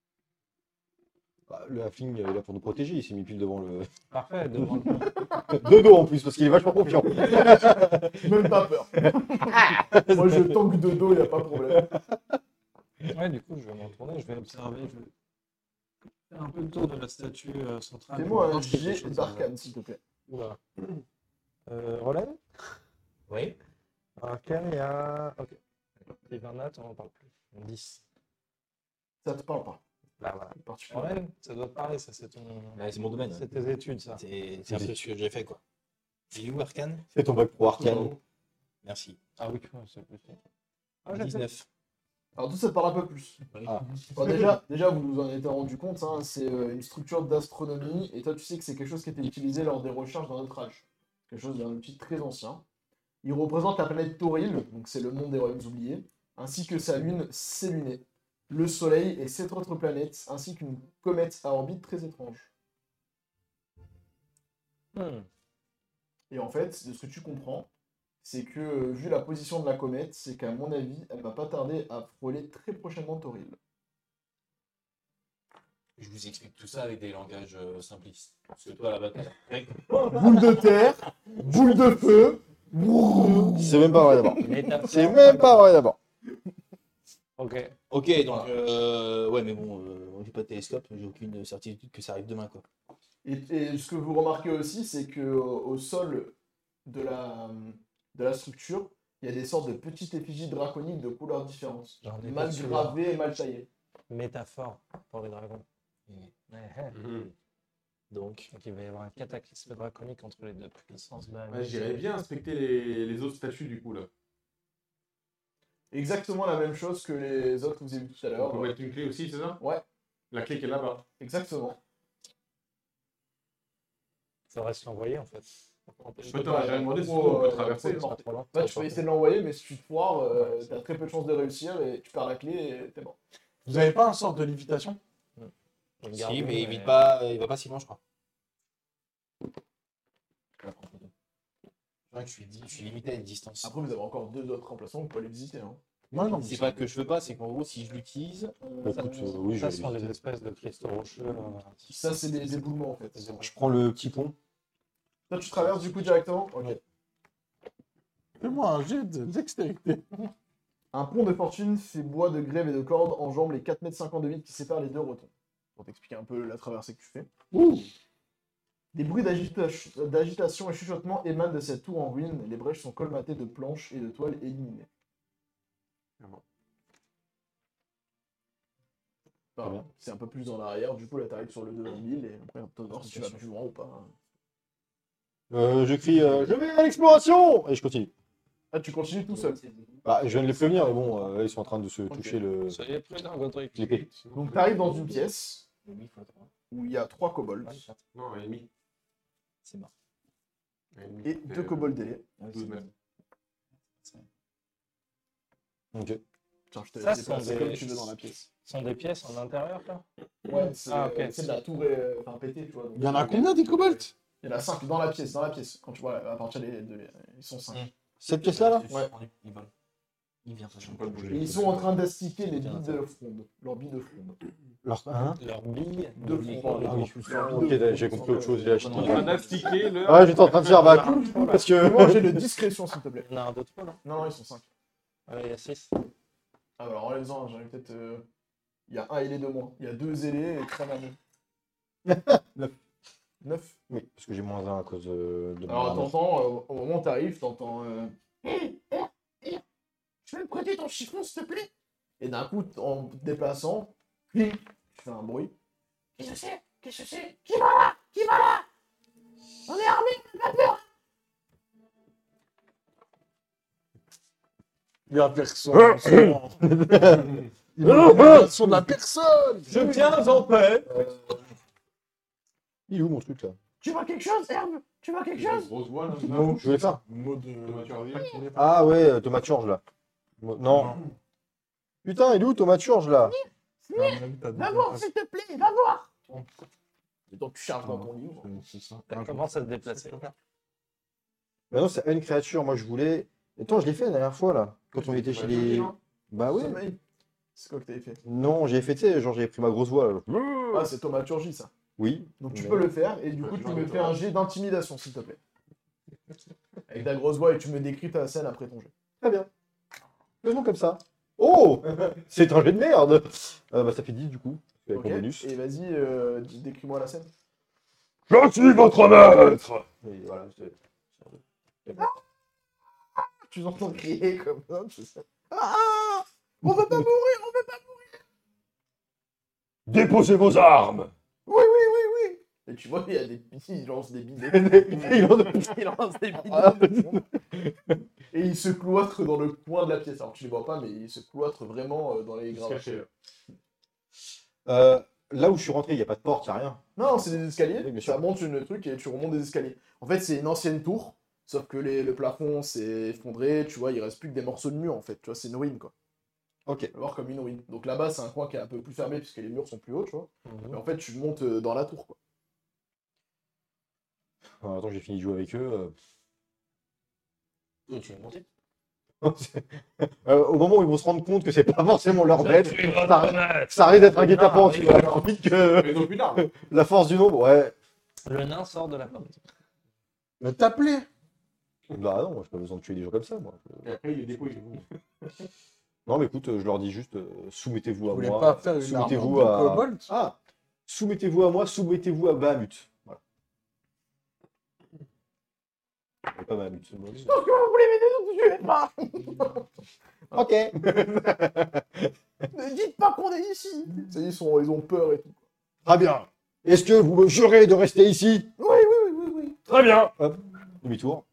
[SPEAKER 4] Bah, le halfling il est là pour nous protéger, il s'est mis pile devant le.
[SPEAKER 7] Parfait, devant le
[SPEAKER 4] De dos en plus, parce qu'il est vachement confiant.
[SPEAKER 1] Même pas peur. Moi je tank de dos, y a pas de problème.
[SPEAKER 7] Ouais, du coup, je vais me retourner, je vais observer, je vais faire un peu le tour de la statue euh, centrale. pour
[SPEAKER 1] Fais-moi un
[SPEAKER 7] voir si quelque
[SPEAKER 1] jet
[SPEAKER 7] chose à-
[SPEAKER 1] d'arcane s'il te plaît.
[SPEAKER 7] Oula. Euh, relève.
[SPEAKER 6] oui.
[SPEAKER 7] Arcane, il y a. Ok. Et Bernat, on n'en parle plus. dix.
[SPEAKER 1] Ça te parle pas.
[SPEAKER 7] Bah voilà.
[SPEAKER 1] Particulièrement.
[SPEAKER 7] Relève, ça doit te parler, ça, c'est ton.
[SPEAKER 6] Ouais, c'est mon domaine.
[SPEAKER 7] C'est tes études, ça.
[SPEAKER 6] C'est c'est un peu ce que j'ai fait, quoi. C'est où, Arcane?
[SPEAKER 4] C'est ton bac pro arcane.
[SPEAKER 6] Merci.
[SPEAKER 7] Ah oui, ouais, c'est plus. Ah, j'ai
[SPEAKER 6] dix-neuf.
[SPEAKER 1] Alors tout ça te parle un peu plus.
[SPEAKER 4] Ah.
[SPEAKER 1] Bon, déjà, déjà, vous vous en êtes rendu compte, hein, c'est euh, une structure d'astronomie, et toi tu sais que c'est quelque chose qui était utilisé lors des recherches dans notre âge. Quelque chose d'un outil très ancien. Il représente la planète Tauril, donc c'est le monde des royaumes oubliés, ainsi que sa lune Célunée, le Soleil et sept autres planètes, ainsi qu'une comète à orbite très étrange.
[SPEAKER 7] Hmm.
[SPEAKER 1] Et en fait, de ce que tu comprends, c'est que, euh, vu la position de la comète, c'est qu'à mon avis, elle va pas tarder à frôler très prochainement Tauril.
[SPEAKER 6] Je vous explique tout ça avec des langages euh, simplistes. Parce que toi, là-bas, t'as-
[SPEAKER 1] Boule de terre, boule de feu,
[SPEAKER 4] C'est même pas vrai d'abord.
[SPEAKER 7] Métaphore.
[SPEAKER 4] C'est même pas vrai d'abord.
[SPEAKER 7] Ok.
[SPEAKER 6] Ok, donc, euh, ouais, mais bon, euh, on fait pas de télescope, j'ai aucune certitude que ça arrive demain, quoi.
[SPEAKER 1] Et, et ce que vous remarquez aussi, c'est que au, au sol de la, de la structure, il y a des sortes de petites effigies draconiques de couleurs différentes,
[SPEAKER 7] J'en ai
[SPEAKER 1] mal
[SPEAKER 7] pas su.
[SPEAKER 1] gravées et mal taillées.
[SPEAKER 7] Métaphore pour les dragons.
[SPEAKER 6] Et
[SPEAKER 7] Ouais, ouais.
[SPEAKER 6] donc,
[SPEAKER 7] Donc il va y avoir un cataclysme draconique entre les deux puissances. Bah,
[SPEAKER 5] Ouais, J'irais bien inspecter les, les autres statues du coup là.
[SPEAKER 1] Exactement la même chose que les autres que vous avez vu tout à
[SPEAKER 5] On
[SPEAKER 1] l'heure.
[SPEAKER 5] peut mettre une clé aussi, c'est ça?
[SPEAKER 1] Ouais,
[SPEAKER 5] La clé qui est là-bas.
[SPEAKER 1] exactement.
[SPEAKER 7] faudrait se l'envoyer en fait.
[SPEAKER 5] Putain, j'ai demandé si
[SPEAKER 1] Trop,
[SPEAKER 5] on peut
[SPEAKER 1] euh,
[SPEAKER 5] traverser.
[SPEAKER 1] trop
[SPEAKER 7] Pas trop long.
[SPEAKER 1] Bah, tu peux essayer de l'envoyer, mais si tu te foires, euh, t'as très peu de chances de réussir et tu perds la clé et t'es mort.
[SPEAKER 2] Vous avez pas un sort de lévitation?
[SPEAKER 7] Regarde,
[SPEAKER 6] Si, mais il
[SPEAKER 7] mais-
[SPEAKER 6] vite pas, il va pas si loin, je crois. Je la prends en photo. C'est vrai que je suis, je suis limité à une distance.
[SPEAKER 1] Après, vous avez encore deux autres remplaçants, vous pouvez les visiter. Hein.
[SPEAKER 6] Moi, non, c'est pas que je veux pas, c'est qu'en gros, si je l'utilise,
[SPEAKER 4] Bah, écoute, euh, oui, je
[SPEAKER 7] Ça
[SPEAKER 4] vais
[SPEAKER 7] sont les
[SPEAKER 4] visiter.
[SPEAKER 7] espèces de cristaux rocheux. euh,
[SPEAKER 1] Ça, c'est des éboulements en fait.
[SPEAKER 4] Je prends le petit pont.
[SPEAKER 1] Là, tu traverses du coup directement. Ok.
[SPEAKER 2] Fais-moi un jet de dextérité.
[SPEAKER 1] Un pont de fortune fait bois de grève et de cordes enjambe les quatre mètres cinquante de vide qui séparent les deux rotons. Pour t'expliquer un peu la traversée que tu fais. Des bruits d'agita- d'agitation et chuchotement émanent de cette tour en ruine. Les brèches sont colmatées de planches et de toiles éliminées.
[SPEAKER 5] Ah bon.
[SPEAKER 1] Enfin,
[SPEAKER 4] Très bien.
[SPEAKER 1] c'est un peu plus en arrière, du coup là t'arrives sur le devant de l'île et après on peut voir si tu vas plus loin ou pas.
[SPEAKER 4] Euh, je crie euh, je vais à l'exploration et je continue.
[SPEAKER 1] Ah, tu continues tout seul.
[SPEAKER 4] Bah, je viens de les prévenir, mais bon, euh, là, ils sont en train de se
[SPEAKER 1] Ok.
[SPEAKER 4] toucher le
[SPEAKER 7] Soyez prudents, Godric.
[SPEAKER 4] l'épée.
[SPEAKER 1] Donc t'arrives dans une pièce
[SPEAKER 6] oui, fois trois.
[SPEAKER 1] où il y a trois kobolds
[SPEAKER 5] Non, un et demi.
[SPEAKER 6] C'est mort.
[SPEAKER 5] Un et demi.
[SPEAKER 1] et deux kobolds ailés.
[SPEAKER 5] douze mètres.
[SPEAKER 4] Ok.
[SPEAKER 1] Tiens, je te
[SPEAKER 7] Ça,
[SPEAKER 1] laisse
[SPEAKER 7] ce sont
[SPEAKER 1] déplacer
[SPEAKER 7] des-
[SPEAKER 1] comme tu veux dans la pièce.
[SPEAKER 7] Ce sont des pièces en intérieur, là.
[SPEAKER 1] Ouais, c'est
[SPEAKER 7] Ah, ok.
[SPEAKER 1] euh, c'est de la tour euh, enfin, pétée, tu vois. donc-
[SPEAKER 2] Il y en a combien des kobolds?
[SPEAKER 1] Il y en a cinq dans la pièce, dans la pièce. Quand tu vois, à partir des deux, ils sont cinq.
[SPEAKER 6] Mm.
[SPEAKER 4] Cette pièce-là, là
[SPEAKER 1] Ouais.
[SPEAKER 6] Il vole. Il vient, ça
[SPEAKER 5] Je
[SPEAKER 6] change
[SPEAKER 5] peux pas
[SPEAKER 1] Et
[SPEAKER 5] bouger.
[SPEAKER 1] ils sont en train d'astiquer les
[SPEAKER 6] Tiens,
[SPEAKER 1] billes de fronde. Leurs billes de fronde.
[SPEAKER 4] Alors, hein
[SPEAKER 7] Leurs billes
[SPEAKER 1] De fronde.
[SPEAKER 4] Ah oui,
[SPEAKER 1] Leurs
[SPEAKER 4] ok,
[SPEAKER 1] billes de
[SPEAKER 4] j'ai
[SPEAKER 1] fronde.
[SPEAKER 4] compris autre chose, j'ai acheté.
[SPEAKER 5] On a d'astiquer le.
[SPEAKER 4] Ah, j'étais en train de faire, bah, cool, du coup, parce que.
[SPEAKER 1] Fais-moi un jet de discrétion, s'il te plaît.
[SPEAKER 7] Il y en a un de trop, là.
[SPEAKER 1] Non, non, ils sont cinq.
[SPEAKER 7] Ouais, il y a six.
[SPEAKER 1] Ah, bah, alors enlève-en, j'en ai peut-être. euh, Il y a un ailé de moins. Il y a deux ailés et trois maneux.
[SPEAKER 4] Neuf.
[SPEAKER 1] Neuf.
[SPEAKER 4] Oui, parce que j'ai moins un à cause euh, de
[SPEAKER 1] Alors
[SPEAKER 4] mon
[SPEAKER 1] t'entends, euh, au moment où t'arrives, t'entends. Euh...
[SPEAKER 8] Tu peux me prêter ton chiffon, s'il te plaît?
[SPEAKER 1] Et d'un coup, t- en te déplaçant, cling, tu fais un bruit.
[SPEAKER 8] Qu'est-ce que c'est? Qu'est-ce que c'est? Qui va là? Qui va là? On est armés, on n'a pas peur!
[SPEAKER 2] Il y a personne. en ce moment. Il y a personne, la personne.
[SPEAKER 7] Je tiens en paix.
[SPEAKER 4] Il est où mon truc là?
[SPEAKER 8] Tu vois quelque chose, Herbe? Tu vois quelque chose?
[SPEAKER 5] Grosse voix là.
[SPEAKER 4] Non, je voulais faire.
[SPEAKER 2] Mode.
[SPEAKER 5] Thomas Turville.
[SPEAKER 4] Ah ouais, euh, tomate Turge là. Mo- Non. Putain, il est où tomate Turge là?
[SPEAKER 8] Va voir, s'il te plaît, va voir!
[SPEAKER 1] Et donc tu charges dans ton livre.
[SPEAKER 2] C'est ça.
[SPEAKER 7] Elle commence à se déplacer.
[SPEAKER 4] Bah non, c'est une créature, moi je voulais. Attends, je l'ai fait la dernière fois là. Quand on était chez les. Bah ouais.
[SPEAKER 1] Sommeil. C'est quoi que t'avais fait?
[SPEAKER 4] Non, j'ai fait, tu sais, genre j'avais pris ma grosse voix là.
[SPEAKER 1] Ah, c'est thaumaturgie, ça.
[SPEAKER 4] Oui.
[SPEAKER 1] Donc tu
[SPEAKER 4] mais-
[SPEAKER 1] peux le faire, et du coup, tu me fais un jet d'intimidation, s'il te plaît. Avec ta grosse voix, et tu me décris ta scène après ton jet.
[SPEAKER 4] Très bien. Faisons comme ça. Oh c'est un jet de merde euh, Bah ça fait dix du coup, avec
[SPEAKER 1] Ok.
[SPEAKER 4] mon bonus.
[SPEAKER 1] Et vas-y, euh, décris-moi la scène.
[SPEAKER 4] Je suis votre maître. Et voilà, c'est-
[SPEAKER 1] Tu entends crier comme ça, tu sais. Ah! On va pas mourir, on va pas mourir!
[SPEAKER 4] Déposez vos armes.
[SPEAKER 1] Oui, oui, oui, oui! Et tu vois, il y a des petits, ils lancent des bidets.
[SPEAKER 4] Il en a-
[SPEAKER 1] Ils lancent des
[SPEAKER 4] Ah.
[SPEAKER 1] bidets. Et ils se cloîtrent dans le coin de la pièce. Alors tu les vois pas, mais ils se cloîtrent vraiment euh, dans les
[SPEAKER 5] Il se
[SPEAKER 1] gravats.
[SPEAKER 5] cachait là.
[SPEAKER 4] Euh, là où je suis rentré, il n'y a pas de porte, il n'y a rien.
[SPEAKER 1] Non, c'est des escaliers,
[SPEAKER 4] Oui, bien
[SPEAKER 1] ça
[SPEAKER 4] sûr.
[SPEAKER 1] monte une truc et tu remontes des escaliers. En fait, c'est une ancienne tour, sauf que les- le plafond s'est effondré, tu vois, il reste plus que des morceaux de mur en fait, tu vois, c'est une ruine quoi.
[SPEAKER 4] Ok.
[SPEAKER 1] Tu vas voir comme une ruine. Donc là-bas, c'est un coin qui est un peu plus fermé puisque les murs sont plus hauts, tu vois.
[SPEAKER 7] Mhm.
[SPEAKER 1] Mais en fait, tu montes euh, dans la tour quoi.
[SPEAKER 4] Alors, attends, j'ai fini de jouer avec eux. euh.
[SPEAKER 6] Oh, tu es monté.
[SPEAKER 4] Euh, au moment où ils vont se rendre compte que c'est pas forcément leur maître,
[SPEAKER 7] Je suis
[SPEAKER 4] ça,
[SPEAKER 7] votre maître.
[SPEAKER 4] ça risque d'être un guet-apens,
[SPEAKER 7] Ah,
[SPEAKER 4] tu
[SPEAKER 7] oui.
[SPEAKER 4] vois. J'ai envie que
[SPEAKER 5] Mais ils ont plus d'armes.
[SPEAKER 4] la force du nombre, ouais.
[SPEAKER 7] Le nain sort de la porte.
[SPEAKER 2] Mais t'appelais.
[SPEAKER 4] Bah non, moi j'ai pas besoin de tuer des gens comme ça, moi.
[SPEAKER 5] Et après, il est dépouillé.
[SPEAKER 4] Non, mais écoute, euh, je leur dis juste, euh, soumettez-vous
[SPEAKER 2] Vous
[SPEAKER 4] à
[SPEAKER 2] voulez
[SPEAKER 4] moi.
[SPEAKER 2] pas faire une
[SPEAKER 4] soumettez-vous
[SPEAKER 2] armure de
[SPEAKER 4] à.
[SPEAKER 2] kobold?
[SPEAKER 4] Ah, soumettez-vous à moi, soumettez-vous à Bahamut. Voilà. Et pas Bahamut. c'est bon.
[SPEAKER 8] Parce que vous voulez m'aider, donc je vais pas!
[SPEAKER 4] Ok.
[SPEAKER 1] Ne dites pas qu'on est ici! Tu sais, ils, sont, ils ont peur et tout.
[SPEAKER 4] Très bien. Est-ce que vous me jurez de rester ici?
[SPEAKER 1] Oui, oui, oui, oui, oui.
[SPEAKER 4] Très bien. Hop, demi-tour.